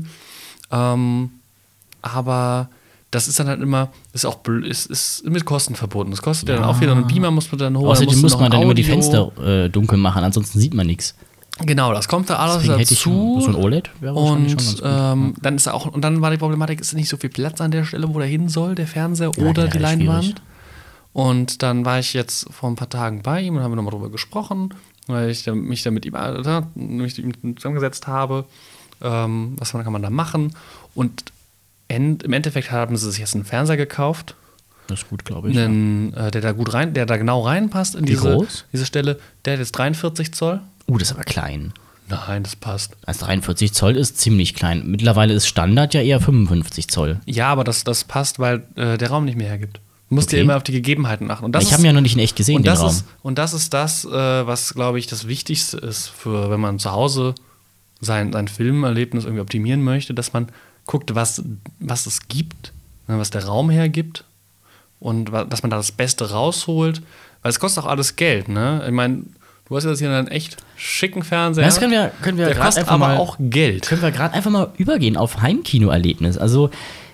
Aber das ist dann halt immer, ist mit Kosten verbunden. Das kostet ja dann auch wieder einen Beamer, muss man dann holen. Außerdem muss man dann immer die Fenster dunkel machen, ansonsten sieht man nichts. Genau, das kommt da alles Deswegen dazu. So ein OLED wäre wahrscheinlich schon ganz gut. Dann war die Problematik, ist nicht so viel Platz an der Stelle, wo der hin soll, der Fernseher oder die Leinwand. Schwierig. Und dann war ich jetzt vor ein paar Tagen bei ihm und haben wir nochmal drüber gesprochen, weil ich mich da mit ihm zusammengesetzt habe. Was kann man da machen? Und im Endeffekt haben sie sich jetzt einen Fernseher gekauft. Das ist gut, glaube ich. Der da genau reinpasst in diese Stelle. Der hat jetzt 43 Zoll. Das ist aber klein. Nein, das passt. Also 43 Zoll ist ziemlich klein. Mittlerweile ist Standard ja eher 55 Zoll. Ja, aber das passt, weil der Raum nicht mehr hergibt. Du musst dir immer auf die Gegebenheiten achten. Ich habe ihn ja noch nicht in echt gesehen, den Raum. Und das ist das, was, glaube ich, das Wichtigste ist, wenn man zu Hause sein Filmerlebnis irgendwie optimieren möchte, dass man guckt, was es gibt, was der Raum hergibt und dass man da das Beste rausholt. Weil es kostet auch alles Geld, ne? Ich meine, Du hast jetzt hier einen echt schicken Fernseher. Das können wir der gerade kostet einfach aber mal auch Geld. Können wir gerade einfach mal übergehen auf Heimkinoerlebnis. Also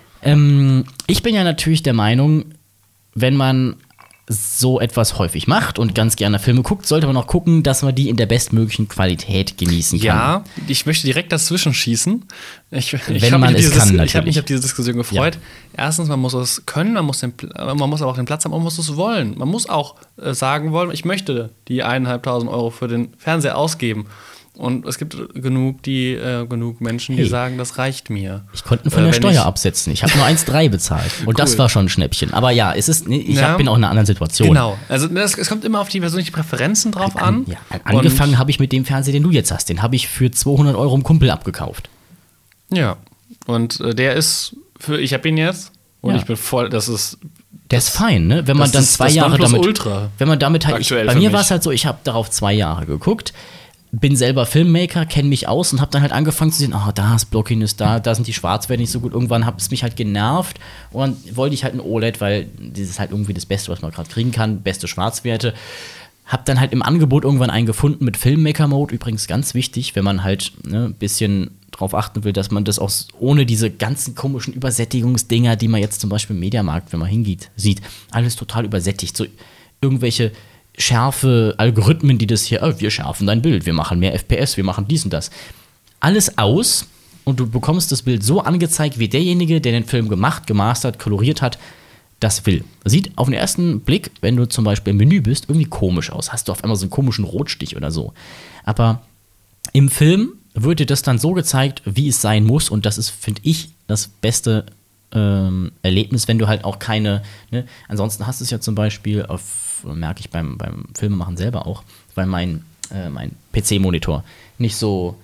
ich bin ja natürlich der Meinung, wenn man so etwas häufig macht und ganz gerne Filme guckt, sollte man auch gucken, dass man die in der bestmöglichen Qualität genießen kann. Ja, ich möchte direkt dazwischen schießen. Wenn man es kann, natürlich. Ich habe mich auf diese Diskussion gefreut. Ja. Erstens, man muss es können, man muss aber auch den Platz haben, man muss es wollen. Man muss auch sagen wollen, ich möchte die 1.500 Euro für den Fernseher ausgeben. Und es gibt genug Menschen, die sagen, das reicht mir. Ich konnte von der Steuer absetzen. Ich habe nur 1,3 bezahlt. Und cool. Das war schon ein Schnäppchen. Aber ja, bin auch in einer anderen Situation. Genau. Also es kommt immer auf die persönlichen Präferenzen drauf an. Ja, angefangen habe ich mit dem Fernseher, den du jetzt hast. Den habe ich für 200 Euro im Kumpel abgekauft. Ja. Und der ist ich habe ihn jetzt. Und ich bin voll, der ist fein, ne? Wenn man dann 2 Jahre damit. Ultra. Wenn man damit halt. Bei mir war es halt so, ich habe darauf 2 Jahre geguckt. Bin selber Filmmaker, kenne mich aus und habe dann halt angefangen zu sehen, das Blocking ist da sind die Schwarzwerte nicht so gut. Irgendwann hat es mich halt genervt und dann wollte ich halt ein OLED, weil das ist halt irgendwie das Beste, was man gerade kriegen kann, beste Schwarzwerte. Hab dann halt im Angebot irgendwann einen gefunden mit Filmmaker-Mode, übrigens ganz wichtig, wenn man halt ein bisschen drauf achten will, dass man das auch ohne diese ganzen komischen Übersättigungsdinger, die man jetzt zum Beispiel im Mediamarkt, wenn man hingeht, sieht, alles total übersättigt. So irgendwelche schärfe Algorithmen, die das hier, wir schärfen dein Bild, wir machen mehr FPS, wir machen dies und das. Alles aus und du bekommst das Bild so angezeigt, wie derjenige, der den Film gemacht, gemastert, koloriert hat, das will. Sieht auf den ersten Blick, wenn du zum Beispiel im Menü bist, irgendwie komisch aus. Hast du auf einmal so einen komischen Rotstich oder so. Aber im Film wird dir das dann so gezeigt, wie es sein muss und das ist, finde ich, das beste Erlebnis, wenn du halt auch keine, ne? Ansonsten hast du es ja zum Beispiel merke ich beim Filmemachen selber auch, weil mein PC-Monitor nicht so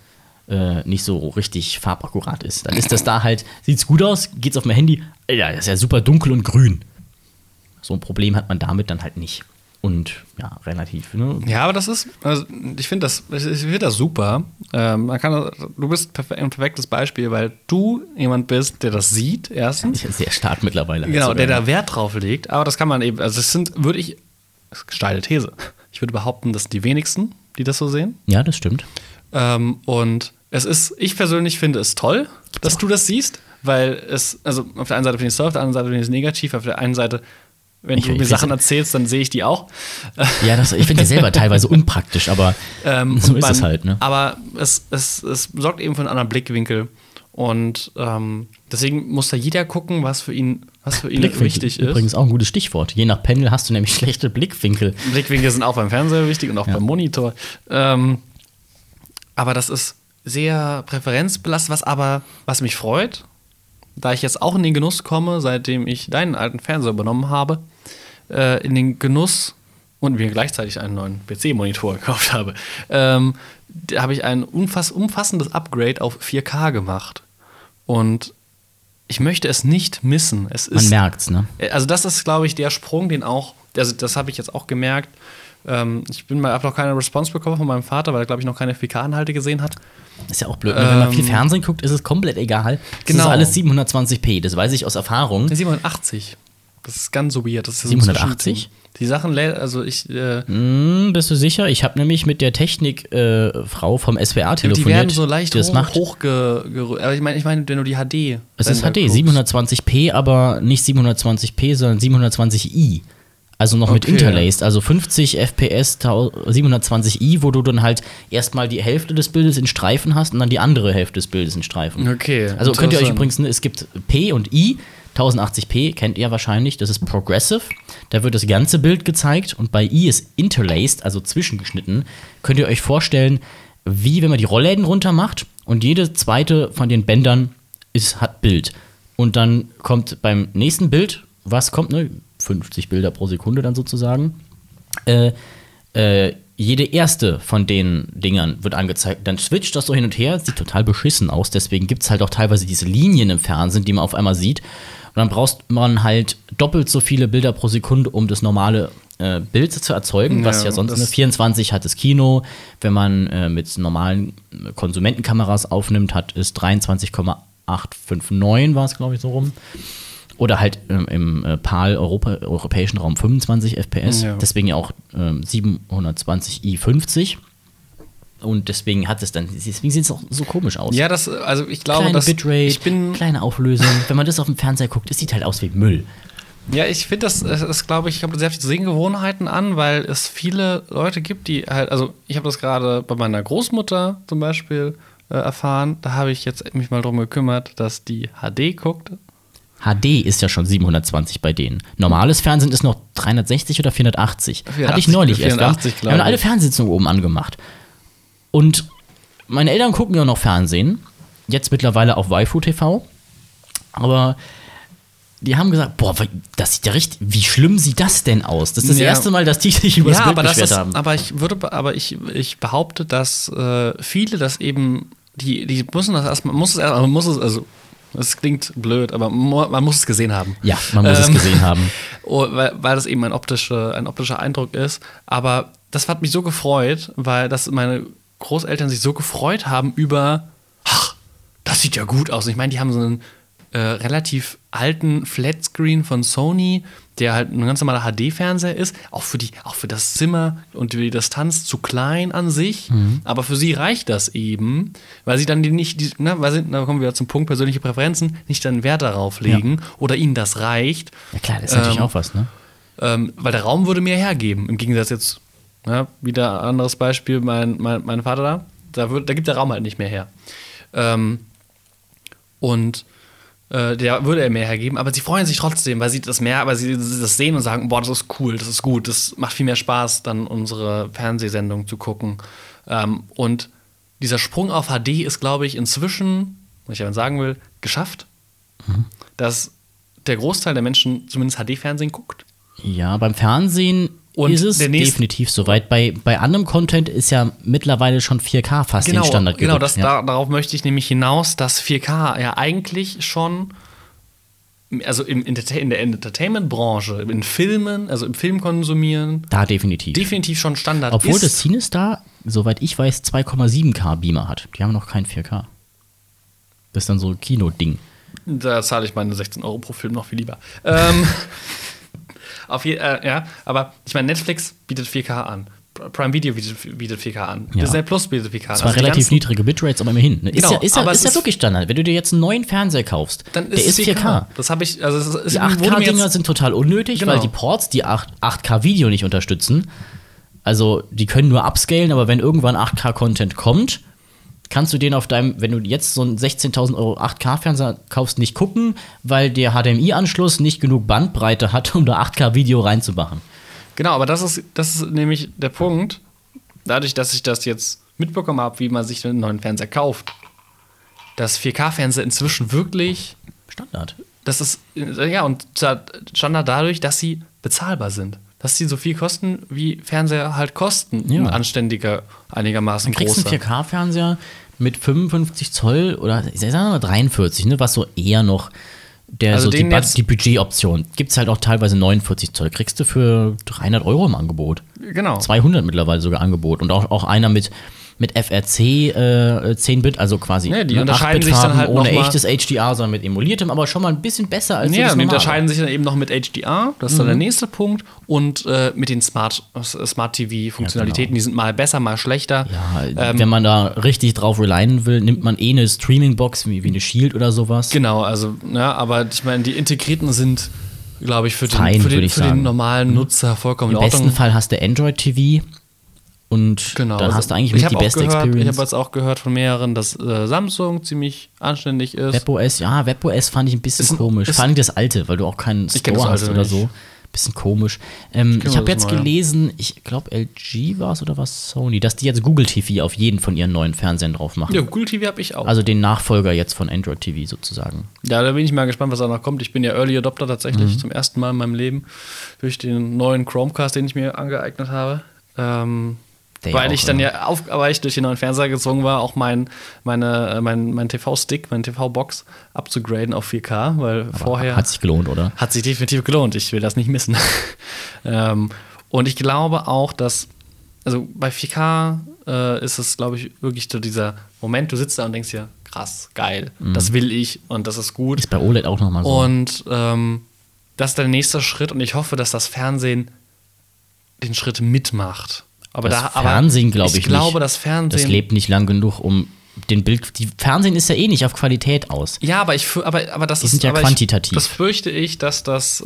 richtig farbakkurat ist. Dann ist das da halt, sieht's gut aus, geht's auf mein Handy, ja, das ist ja super dunkel und grün. So ein Problem hat man damit dann halt nicht. Und ja, relativ. Ne? Ja, aber das ist, also ich finde das super. Du bist ein perfektes Beispiel, weil du jemand bist, der das sieht, erstens. Sehr stark mittlerweile. Genau, der da Wert drauf legt. Aber das kann man eben, also das ist steile These. Ich würde behaupten, das sind die wenigsten, die das so sehen. Ja, das stimmt. Und ich persönlich finde es toll, dass du das siehst, weil also auf der einen Seite finde ich es toll, auf der anderen Seite finde ich es negativ, auf der einen Seite, wenn du mir Sachen erzählst, dann sehe ich die auch. Ja, ich finde die selber teilweise unpraktisch, aber so ist es halt. Ne? Aber es sorgt eben für einen anderen Blickwinkel. Und deswegen muss da jeder gucken, was für ihn wichtig ist. Übrigens auch ein gutes Stichwort. Je nach Panel hast du nämlich schlechte Blickwinkel. Blickwinkel sind auch beim Fernseher wichtig und auch beim Monitor. Aber das ist sehr präferenzbelastet, was mich freut, da ich jetzt auch in den Genuss komme, seitdem ich deinen alten Fernseher übernommen habe, in den Genuss und mir gleichzeitig einen neuen PC-Monitor gekauft habe, habe ich ein umfassendes Upgrade auf 4K gemacht. Und ich möchte es nicht missen. Man merkt's, ne? Also das ist, glaube ich, der Sprung, das habe ich jetzt auch gemerkt. Ich habe noch keine Response bekommen von meinem Vater, weil er, glaube ich, noch keine 4K-Inhalte gesehen hat. Ist ja auch blöd. Wenn man viel Fernsehen guckt, ist es komplett egal. Genau. Das ist alles 720p, das weiß ich aus Erfahrung. 780. Das ist ganz so weird. Das ist 780? Die Sachen, also ich. Bist du sicher? Ich habe nämlich mit der Technikfrau vom SWR telefoniert. Die werden so leicht hochgerührt. Aber ich meine, wenn du die HD. Es ist HD, 720p, aber nicht 720p, sondern 720i. Also noch mit Interlaced, also 50 FPS 720i, wo du dann halt erstmal die Hälfte des Bildes in Streifen hast und dann die andere Hälfte des Bildes in Streifen. Okay. Also könnt ihr euch übrigens, es gibt P und I, 1080p kennt ihr wahrscheinlich, das ist Progressive. Da wird das ganze Bild gezeigt und bei I ist Interlaced, also zwischengeschnitten. Könnt ihr euch vorstellen, wie wenn man die Rollläden runter macht und jede zweite von den Bändern hat Bild. Und dann kommt beim nächsten Bild, was kommt, ne? 50 Bilder pro Sekunde dann sozusagen. Jede erste von den Dingern wird angezeigt. Dann switcht das so hin und her, sieht total beschissen aus. Deswegen gibt es halt auch teilweise diese Linien im Fernsehen, die man auf einmal sieht. Und dann braucht man halt doppelt so viele Bilder pro Sekunde, um das normale Bild zu erzeugen, was ja sonst eine 24 hat das Kino. Wenn man mit normalen Konsumentenkameras aufnimmt, hat es 23,859, war es, glaube ich, so rum. Oder halt im PAL europäischen Raum 25 FPS, Ja. deswegen ja auch 720i50. Und deswegen deswegen sieht es auch so komisch aus. Ja, also ich glaube, Kleine dass Bitrate, kleine Auflösung. Wenn man das auf dem Fernseher guckt, es sieht halt aus wie Müll. Ja, ich finde, das glaube ich, kommt sehr viel Sehgewohnheiten an, weil es viele Leute gibt, die halt, also ich habe das gerade bei meiner Großmutter zum Beispiel erfahren. Da habe ich jetzt mich mal drum gekümmert, dass die HD guckt. HD ist ja schon 720 bei denen. Normales Fernsehen ist noch 360 oder 480. 480 Hatte ich neulich erst. 480, Wir haben alle Fernsehteilungen oben angemacht. Und meine Eltern gucken ja noch Fernsehen. Jetzt mittlerweile auf Waifu TV. Aber die haben gesagt, boah, das sieht ja richtig, wie schlimm sieht das denn aus? Das ist das erste Mal, dass die sich über das Bild beschwert haben. Aber ich behaupte, dass viele das eben, die müssen das erstmal, es klingt blöd, aber man muss es gesehen haben. Ja, man muss es gesehen haben. Weil das eben ein optischer Eindruck ist. Aber das hat mich so gefreut, weil das meine Großeltern sich so gefreut haben über, ach, das sieht ja gut aus. Ich meine, die haben so einen relativ alten Flatscreen von Sony, der halt ein ganz normaler HD-Fernseher ist, auch für das Zimmer und die Distanz zu klein an sich, aber für sie reicht das eben, weil sie dann da kommen wir wieder zum Punkt persönliche Präferenzen, nicht dann Wert darauf legen oder ihnen das reicht. Ja klar, das ist natürlich auch was, ne? Weil der Raum würde mehr hergeben, im Gegensatz jetzt, wieder ein anderes Beispiel, mein Vater da gibt der Raum halt nicht mehr her. Und der würde er mehr hergeben, aber sie freuen sich trotzdem, weil sie das sehen und sagen, boah, das ist cool, das ist gut, das macht viel mehr Spaß, dann unsere Fernsehsendung zu gucken. Und dieser Sprung auf HD ist, glaube ich, inzwischen, was ich aber sagen will, geschafft, dass der Großteil der Menschen zumindest HD-Fernsehen guckt. Ja, beim Fernsehen ist es definitiv soweit. Bei anderem Content ist ja mittlerweile schon 4K fast den Standard gerückt. Genau, darauf möchte ich nämlich hinaus, dass 4K ja eigentlich schon, also in der Entertainment-Branche, in Filmen, also im Filmkonsumieren, da definitiv schon Standard Obwohl ist. das CineStar, soweit ich weiß, 2,7K Beamer hat. Die haben noch kein 4K. Das ist dann so ein Kino-Ding. Da zahle ich meine 16 € pro Film noch viel lieber. Aber ich meine, Netflix bietet 4K an. Prime Video bietet 4K an. Ja. Disney Plus bietet 4K an. Zwar relativ niedrige Bitrates, aber immerhin. Ne? Genau, ist ja wirklich Standard. Wenn du dir jetzt einen neuen Fernseher kaufst, dann der ist 4K. Das habe ich, also die 8K-Dinger sind total unnötig, weil die Ports die 8K-Video nicht unterstützen. Also, die können nur upscalen, aber wenn irgendwann 8K-Content kommt, kannst du den auf wenn du jetzt so einen 16.000 € 8K-Fernseher kaufst, nicht gucken, weil der HDMI-Anschluss nicht genug Bandbreite hat, um da 8K-Video reinzumachen. Genau, aber das ist nämlich der Punkt, dadurch, dass ich das jetzt mitbekommen habe, wie man sich einen neuen Fernseher kauft, dass 4K-Fernseher inzwischen wirklich Standard. Das ist, und Standard dadurch, dass sie bezahlbar sind. Dass sie so viel kosten, wie Fernseher halt kosten. Ja. Ein anständiger, einigermaßen großer. Du kriegst einen 4K-Fernseher mit 55 Zoll oder ich sag mal 43, ne, was so eher noch die Budgetoption. Gibt es halt auch teilweise 49 Zoll. Kriegst du für 300 € im Angebot. Genau. 200 mittlerweile sogar Angebot. Und auch einer mit FRC 10-Bit, also quasi die unterscheiden sich dann halt ohne echtes HDR, sondern mit emuliertem, aber schon mal ein bisschen besser als das normale. Die unterscheiden sich dann eben noch mit HDR, das ist dann der nächste Punkt, und mit den Smart TV-Funktionalitäten, die sind mal besser, mal schlechter. Ja, wenn man da richtig drauf relyen will, nimmt man eine Streaming-Box wie eine Shield oder sowas. Genau, also, aber ich meine, die integrierten sind, glaube ich, für den normalen Nutzer vollkommen in Ordnung. Im besten Fall hast du Android-TV. Und dann hast du eigentlich die beste Experience. Ich habe jetzt auch gehört von mehreren, dass Samsung ziemlich anständig ist. WebOS fand ich ein bisschen komisch. Vor allem das alte, weil du auch keinen Store hast oder so. Bisschen komisch. Ich habe jetzt gelesen, ich glaube LG war es oder was Sony, dass die jetzt Google TV auf jeden von ihren neuen Fernsehern drauf machen. Ja, Google TV habe ich auch. Also den Nachfolger jetzt von Android TV sozusagen. Ja, da bin ich mal gespannt, was da noch kommt. Ich bin ja Early Adopter tatsächlich zum ersten Mal in meinem Leben durch den neuen Chromecast, den ich mir angeeignet habe. Weil ich durch den neuen Fernseher gezwungen war, auch mein TV-Stick, meine TV-Box abzugraden auf 4K, weil aber vorher. Hat sich gelohnt, oder? Hat sich definitiv gelohnt. Ich will das nicht missen. Und ich glaube auch, dass, also bei 4K ist es, glaube ich, wirklich so dieser Moment, du sitzt da und denkst dir, krass, geil, das will ich und das ist gut. Ist bei OLED auch nochmal so. Und das ist der nächste Schritt und ich hoffe, dass das Fernsehen den Schritt mitmacht. Aber Fernsehen glaube ich nicht. Ich glaube, das Fernsehen. Das lebt nicht lang genug, um den Bild. Die Fernsehen ist ja eh nicht auf Qualität aus. Ja, aber das die sind ja quantitativ. Das fürchte ich, dass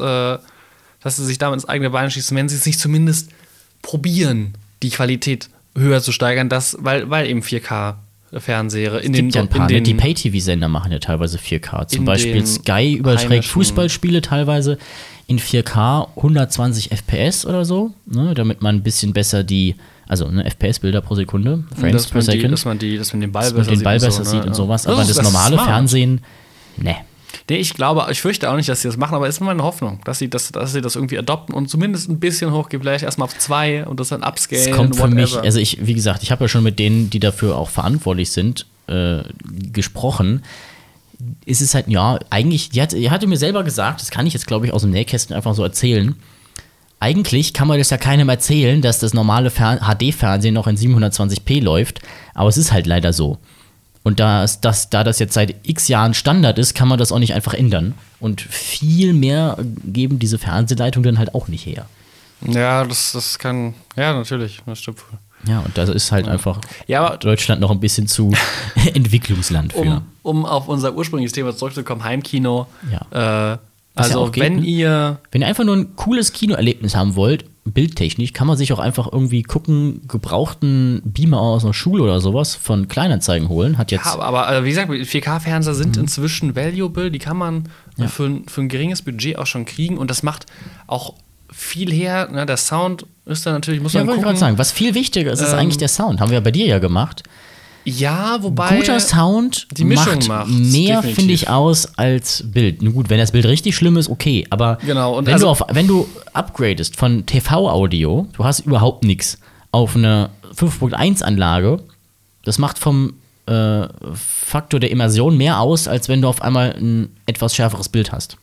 sie sich damit ins eigene Bein schießen, wenn sie es nicht zumindest probieren, die Qualität höher zu steigern, weil eben 4K-Fernseher in den. Die Pay-TV-Sender machen ja teilweise 4K. Zum Beispiel Sky überträgt Fußballspiele teilweise in 4K 120 FPS oder so, ne, damit man ein bisschen besser FPS-Bilder pro Sekunde, Frames per Second. Dass man den Ball besser sieht und sowas. Aber das normale Fernsehen, ne. Nee, ich fürchte auch nicht, dass sie das machen, aber es ist meine Hoffnung, dass sie das irgendwie adopten und zumindest ein bisschen hochgehen, vielleicht erstmal auf 2 und das dann upscalen. Es kommt für mich, also wie gesagt, ich habe ja schon mit denen, die dafür auch verantwortlich sind, gesprochen. Ist es halt, ja, eigentlich, die hatte mir selber gesagt, das kann ich jetzt, glaube ich, aus dem Nähkästchen einfach so erzählen. Eigentlich kann man das ja keinem erzählen, dass das normale HD-Fernsehen noch in 720p läuft, aber es ist halt leider so. Und da das jetzt seit x Jahren Standard ist, kann man das auch nicht einfach ändern. Und viel mehr geben diese Fernsehleitungen dann halt auch nicht her. Ja, das kann, ja, natürlich, das stimmt wohl. Ja, und da ist halt einfach Deutschland noch ein bisschen zu Entwicklungsland für. Um auf unser ursprüngliches Thema zurückzukommen, Heimkino. Ja. Also, geht, wenn ihr einfach nur ein cooles Kinoerlebnis haben wollt, bildtechnisch, kann man sich auch einfach irgendwie gebrauchten Beamer aus einer Schule oder sowas von Kleinanzeigen holen. Aber wie gesagt, 4K-Fernseher sind inzwischen valuable, die kann man für ein geringes Budget auch schon kriegen und das macht auch viel her. Ne? Der Sound ist da natürlich, muss man gucken. Ja, wollte ich gerade sagen, was viel wichtiger ist, ist eigentlich der Sound. Haben wir ja bei dir ja gemacht. Ja, wobei guter Sound die Mischung macht mehr, finde ich, aus als Bild. Nun gut, wenn das Bild richtig schlimm ist, okay. Aber genau, und wenn du upgradest von TV-Audio, du hast überhaupt nichts, auf eine 5.1-Anlage, das macht vom Faktor der Immersion mehr aus, als wenn du auf einmal ein etwas schärferes Bild hast.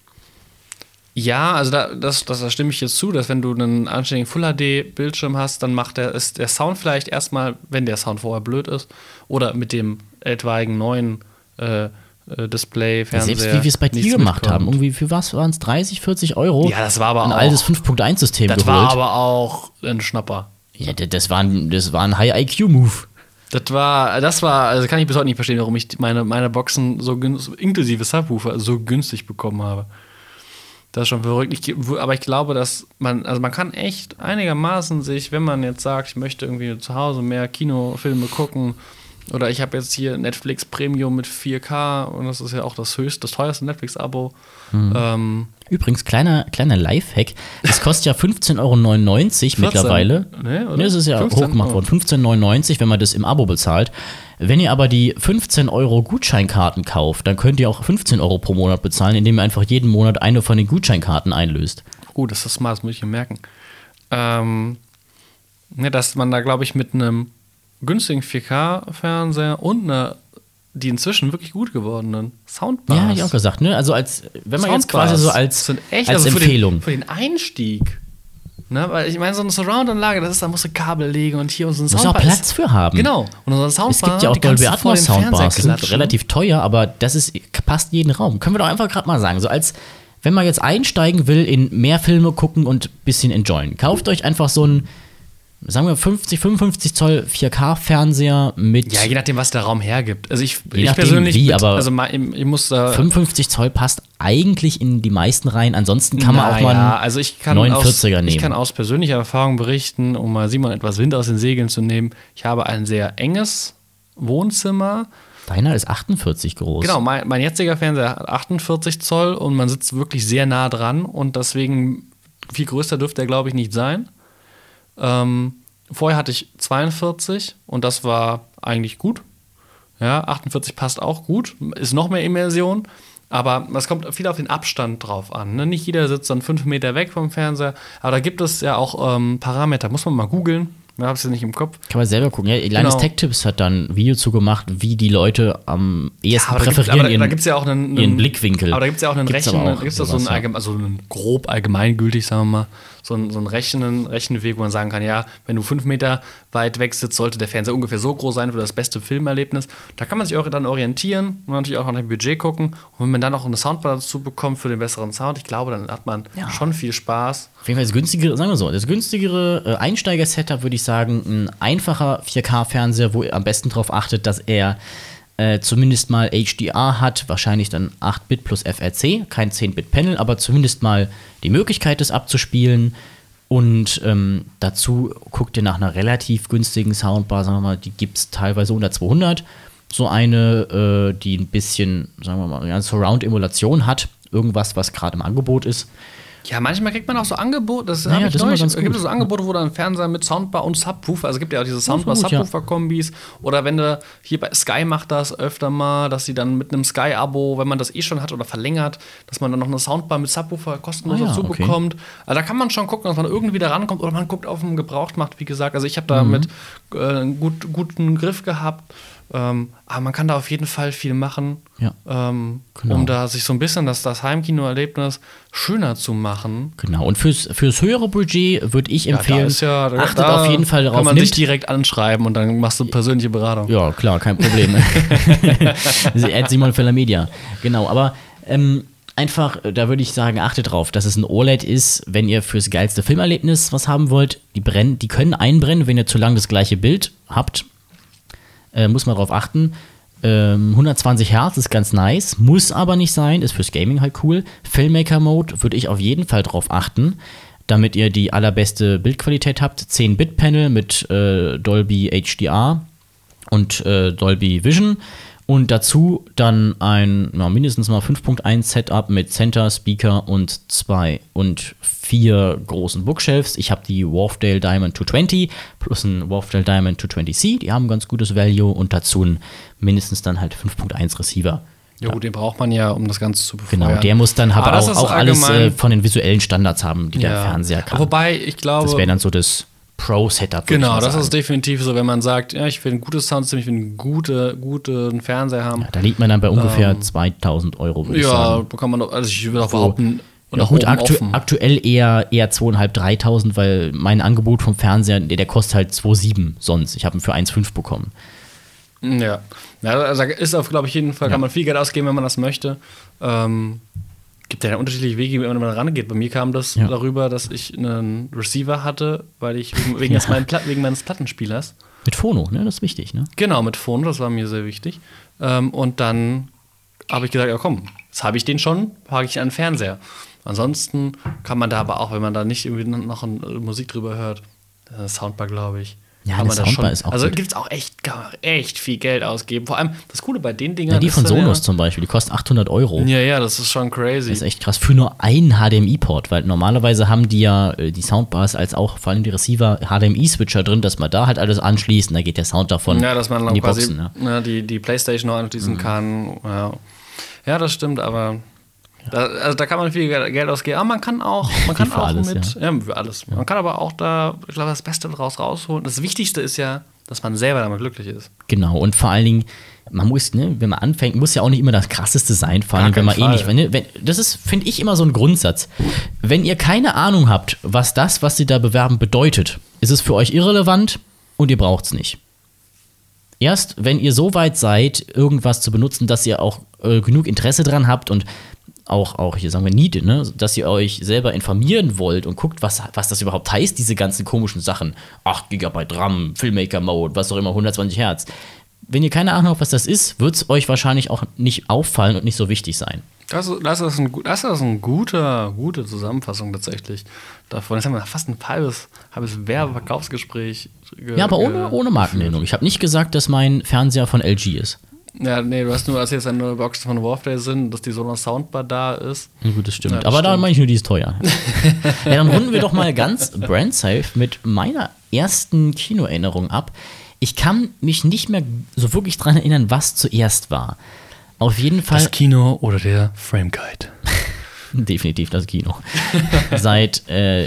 Ja, also da stimme ich jetzt zu, dass wenn du einen anständigen Full-HD-Bildschirm hast, dann ist der Sound vielleicht erstmal, wenn der Sound vorher blöd ist, oder mit dem etwaigen neuen Display-Fernseher. Selbst wie wir es bei dir gemacht haben, irgendwie für was waren es, 30, 40 Euro? Ja, das war aber ein altes 5.1-System geholt. Das war aber auch ein Schnapper. Ja, das war ein High-IQ-Move. Das war, also kann ich bis heute nicht verstehen, warum ich meine Boxen inklusive Subwoofer so günstig bekommen habe. Das ist schon verrückt. Aber ich glaube, dass man kann echt einigermaßen sich, wenn man jetzt sagt, ich möchte irgendwie zu Hause mehr Kinofilme gucken oder ich habe jetzt hier Netflix Premium mit 4K und das ist ja auch das teuerste Netflix-Abo. Übrigens, kleiner Lifehack, das kostet ja 15,99 € mittlerweile. Nee, oder? Das ist ja hochgemacht worden, 15,99 €, wenn man das im Abo bezahlt. Wenn ihr aber die 15 € Gutscheinkarten kauft, dann könnt ihr auch 15 € pro Monat bezahlen, indem ihr einfach jeden Monat eine von den Gutscheinkarten einlöst. Das ist smart, das muss ich mir merken. Dass man da, glaube ich, mit einem günstigen 4K-Fernseher und die inzwischen wirklich gut gewordenen Soundbars. Ja, hab ich auch gesagt, ne? Also wenn man jetzt quasi so als Empfehlung. Für den Einstieg. Ne? Weil ich meine, so eine Surround-Anlage, da musst du Kabel legen und hier und so ein Soundbar. Muss auch Platz für haben. Genau. Und so ein Soundbar, es gibt ja auch Dolby Atmos Soundbars, die sind relativ teuer, aber passt jeden Raum. Können wir doch einfach gerade mal sagen, so wenn man jetzt einsteigen will in mehr Filme gucken und ein bisschen enjoyen, kauft euch einfach so ein, sagen wir 55 Zoll 4K-Fernseher mit. Ja, je nachdem, was der Raum hergibt. Also ich nachdem persönlich, ich muss da 55 Zoll passt eigentlich in die meisten rein. Ansonsten kann man auch mal einen 49er nehmen. Ich kann aus persönlicher Erfahrung berichten, um mal Simon etwas Wind aus den Segeln zu nehmen. Ich habe ein sehr enges Wohnzimmer. Deiner ist 48 groß. Genau, mein jetziger Fernseher hat 48 Zoll und man sitzt wirklich sehr nah dran und deswegen viel größer dürfte er, glaube ich, nicht sein. Vorher hatte ich 42 und das war eigentlich gut. Ja, 48 passt auch gut, ist noch mehr Immersion, aber es kommt viel auf den Abstand drauf an. Ne? Nicht jeder sitzt dann 5 Meter weg vom Fernseher, aber da gibt es ja auch Parameter, muss man mal googeln. Ich habe es nicht im Kopf. Kann man selber gucken. Ja, Linus Tech Tips hat dann ein Video zugemacht, wie die Leute am ehesten präferieren ihren Blickwinkel. Aber da gibt es ja auch einen grob allgemeingültig, sagen wir mal, so einen Rechenweg, wo man sagen kann, ja, wenn du 5 Meter weit weg sitzt, sollte der Fernseher ungefähr so groß sein für das beste Filmerlebnis. Da kann man sich auch dann orientieren und natürlich auch nach dem Budget gucken. Und wenn man dann noch eine Soundbar dazu bekommt für den besseren Sound, ich glaube, dann hat man schon viel Spaß. Auf jeden Fall das günstigere, sagen wir so, das günstigere Einsteiger-Setup würde ich sagen, ein einfacher 4K-Fernseher, wo ihr am besten darauf achtet, dass er zumindest mal HDR hat, wahrscheinlich dann 8-Bit plus FRC, kein 10-Bit-Panel, aber zumindest mal die Möglichkeit, das abzuspielen. Und dazu guckt ihr nach einer relativ günstigen Soundbar, sagen wir mal, die gibt es teilweise unter 200. So eine, die ein bisschen, sagen wir mal, eine Surround-Emulation hat, irgendwas, was gerade im Angebot ist. Ja, manchmal kriegt man auch so Angebote, das Naja, habe ich das ist neulich. immer ganz Es gibt gut. so Angebote, wo dann ein Fernseher mit Soundbar und Subwoofer, also es gibt ja auch diese Soundbar-Subwoofer-Kombis. Oder wenn du, hier bei Sky macht das öfter mal, dass sie dann mit einem Sky-Abo, wenn man das eh schon hat oder verlängert, dass man dann noch eine Soundbar mit Subwoofer kostenlos dazu bekommt. Also da kann man schon gucken, dass man irgendwie da rankommt. Oder man guckt auf dem Gebrauchtmarkt, wie gesagt. Also ich habe da mit einen guten Griff gehabt. Aber man kann da auf jeden Fall viel machen, um da sich so ein bisschen das Heimkino-Erlebnis schöner zu machen. Genau, und fürs höhere Budget würde ich empfehlen, achtet da auf jeden Fall darauf. Kann man dich direkt anschreiben und dann machst du persönliche Beratung. Ja, klar, kein Problem. Simon Feller Media. Genau, aber einfach, da würde ich sagen, achtet drauf, dass es ein OLED ist, wenn ihr fürs geilste Filmerlebnis was haben wollt. Die können einbrennen, wenn ihr zu lang das gleiche Bild habt. Muss man darauf achten. 120 Hertz ist ganz nice, muss aber nicht sein, ist fürs Gaming halt cool. Filmmaker-Mode würde ich auf jeden Fall drauf achten, damit ihr die allerbeste Bildqualität habt. 10-Bit-Panel mit Dolby HDR und Dolby Vision. Und dazu dann ein mindestens mal 5.1 Setup mit Center, Speaker und 2 und 4 großen Bookshelves. Ich habe die Wharfedale Diamond 220 plus ein Wharfedale Diamond 220C. Die haben ganz gutes Value und dazu ein mindestens dann halt 5.1 Receiver. Ja gut, den braucht man ja, um das Ganze zu befeuern. Genau, der muss dann aber auch alles von den visuellen Standards haben, die der Fernseher kann. Wobei, ich glaube, das wäre dann so das Pro-Setup. Genau, das ist definitiv so, wenn man sagt, ja, ich will ein gutes Soundsystem, ich will einen guten Fernseher haben. Ja, da liegt man dann bei ungefähr 2.000 Euro, würde ich sagen. Ja, kann man doch, also ich würde auch behaupten, ja, gut, aktuell eher 2.500, 3.000, weil mein Angebot vom Fernseher, der kostet halt 2.700 sonst. Ich habe ihn für 1.500 bekommen. Ja, also ist auf, glaube ich, jeden Fall, kann man viel Geld ausgeben, wenn man das möchte. Gibt ja unterschiedliche Wege, wie man da rangeht. Bei mir kam das darüber, dass ich einen Receiver hatte, weil ich wegen meines Plattenspielers. Mit Phono, ne? Das ist wichtig, ne? Genau, mit Phono, das war mir sehr wichtig. Und dann habe ich gesagt, ja komm, jetzt habe ich den schon, packe ich an den Fernseher. Ansonsten kann man da aber auch, wenn man da nicht irgendwie noch Musik drüber hört, Soundbar, glaube ich. Ja, eine Soundbar ist auch also gut. gibt es auch echt viel Geld ausgeben. Vor allem, das Coole bei den Dingern die von Sonos zum Beispiel, die kostet 800 Euro. Ja, das ist schon crazy. Das ist echt krass. Für nur einen HDMI-Port, weil normalerweise haben die ja die Soundbars als auch vor allem die Receiver HDMI-Switcher drin, dass man da halt alles anschließt und da geht der Sound davon dass man in die quasi Boxen. Die Playstation noch anschließen kann. Ja, das stimmt, aber da kann man viel Geld ausgeben. Aber man kann auch für alles, für alles. Ja. Man kann aber auch da, ich glaube, das Beste daraus rausholen. Das Wichtigste ist ja, dass man selber damit glücklich ist. Genau, und vor allen Dingen, man muss, wenn man anfängt, muss ja auch nicht immer das Krasseste sein, vor allem, wenn man das ist, finde ich, immer so ein Grundsatz. Wenn ihr keine Ahnung habt, was sie da bewerben, bedeutet, ist es für euch irrelevant und ihr braucht es nicht. Erst, wenn ihr so weit seid, irgendwas zu benutzen, dass ihr auch genug Interesse dran habt und auch hier sagen wir Need, ne, dass ihr euch selber informieren wollt und guckt, was das überhaupt heißt, diese ganzen komischen Sachen. 8 GB RAM, Filmmaker-Mode, was auch immer, 120 Hertz. Wenn ihr keine Ahnung habt, was das ist, wird es euch wahrscheinlich auch nicht auffallen und nicht so wichtig sein. Das ist eine gute Zusammenfassung tatsächlich davon. Jetzt haben wir fast ein halbes Werbeverkaufsgespräch. Ja, aber ohne Markennennung. Ich habe nicht gesagt, dass mein Fernseher von LG ist. Ja, nee, du hast nur erzählt, dass eine neue Box von Wharfedale sind, dass die Sonos Soundbar da ist. Ja, gut, das stimmt. Ja, aber da meine ich nur, die ist teuer. Ja, dann runden wir doch mal ganz brandsafe mit meiner ersten Kinoerinnerung ab. Ich kann mich nicht mehr so wirklich dran erinnern, was zuerst war. Auf jeden Fall. Das Kino oder der Frame Guide? Definitiv das Kino. Seit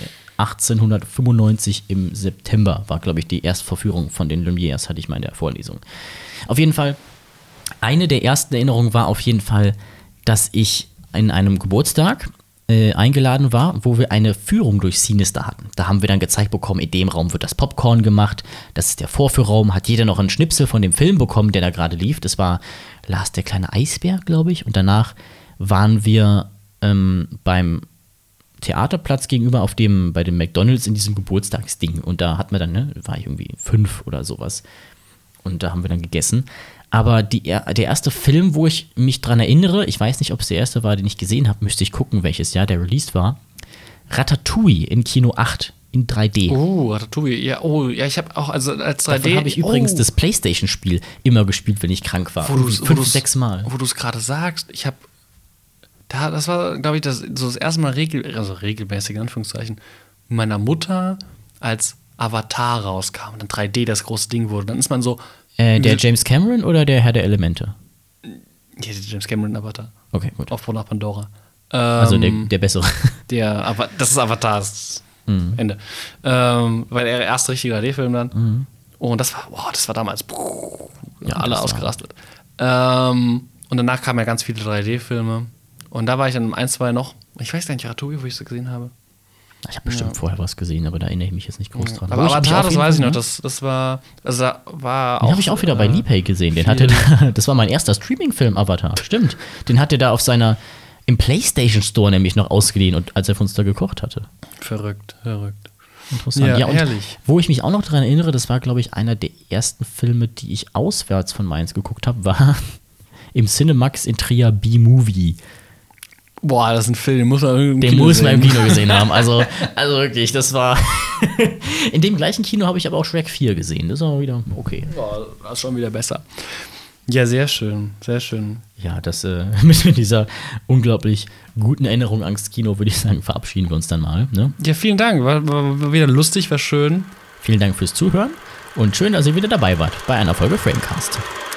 1895 im September war, glaube ich, die Erstvorführung von den Lumières, hatte ich mal in der Vorlesung. Auf jeden Fall. Eine der ersten Erinnerungen war auf jeden Fall, dass ich in einem Geburtstag eingeladen war, wo wir eine Führung durch Sinister hatten. Da haben wir dann gezeigt bekommen, in dem Raum wird das Popcorn gemacht, das ist der Vorführraum, hat jeder noch einen Schnipsel von dem Film bekommen, der da gerade lief. Das war Lars der kleine Eisbär, glaube ich. Und danach waren wir beim Theaterplatz gegenüber bei dem McDonald's in diesem Geburtstagsding. Und da hatten wir dann, war ich irgendwie 5 oder sowas. Und da haben wir dann gegessen. Aber der erste Film, wo ich mich dran erinnere, ich weiß nicht, ob es der erste war, den ich gesehen habe, müsste ich gucken, welches Jahr der released war. Ratatouille in Kino 8 in 3D. Oh, Ratatouille, ja, ich habe auch, also als 3D. Davon habe ich übrigens das PlayStation-Spiel immer gespielt, wenn ich krank war. 5, 6 Mal. Wo du es gerade sagst, das war, glaube ich, das erste Mal regelmäßig, in Anführungszeichen, mit meiner Mutter, als Avatar rauskam und dann 3D das große Ding wurde. Dann ist man so. Der James Cameron oder der Herr der Elemente? Ja, der James Cameron Avatar. Okay, gut. Aufbau nach Pandora. Also der bessere. Das ist Avatar, das Ende. Weil der erste richtige 3D-Film dann. Mhm. Und das war damals. Alle ausgerastet. Und danach kamen ja ganz viele 3D-Filme. Und da war ich dann 1, 2 noch. Ich weiß gar nicht, Ratatouille, wo ich es gesehen habe. Ich habe bestimmt vorher was gesehen, aber da erinnere ich mich jetzt nicht groß dran. Aber Avatar, das weiß ich noch, das war auch. Den habe ich auch wieder bei Liebhay gesehen. Das war mein erster Streaming-Film, Avatar. Stimmt. Den hat er da im PlayStation Store nämlich noch ausgeliehen, als er von uns da gekocht hatte. Verrückt. Interessant. Ja, und ehrlich. Wo ich mich auch noch daran erinnere, das war, glaube ich, einer der ersten Filme, die ich auswärts von Mainz geguckt habe, war im Cinemax in Trier B-Movie. Boah, das ist ein Film, den muss man im Kino gesehen haben. Also wirklich, das war. In dem gleichen Kino habe ich aber auch Shrek 4 gesehen. Das war wieder okay. Boah, das ist schon wieder besser. Ja, sehr schön, sehr schön. Ja, mit dieser unglaublich guten Erinnerung ans Kino, würde ich sagen, verabschieden wir uns dann mal. Ne? Ja, vielen Dank. War wieder lustig, war schön. Vielen Dank fürs Zuhören und schön, dass ihr wieder dabei wart bei einer Folge Framecast.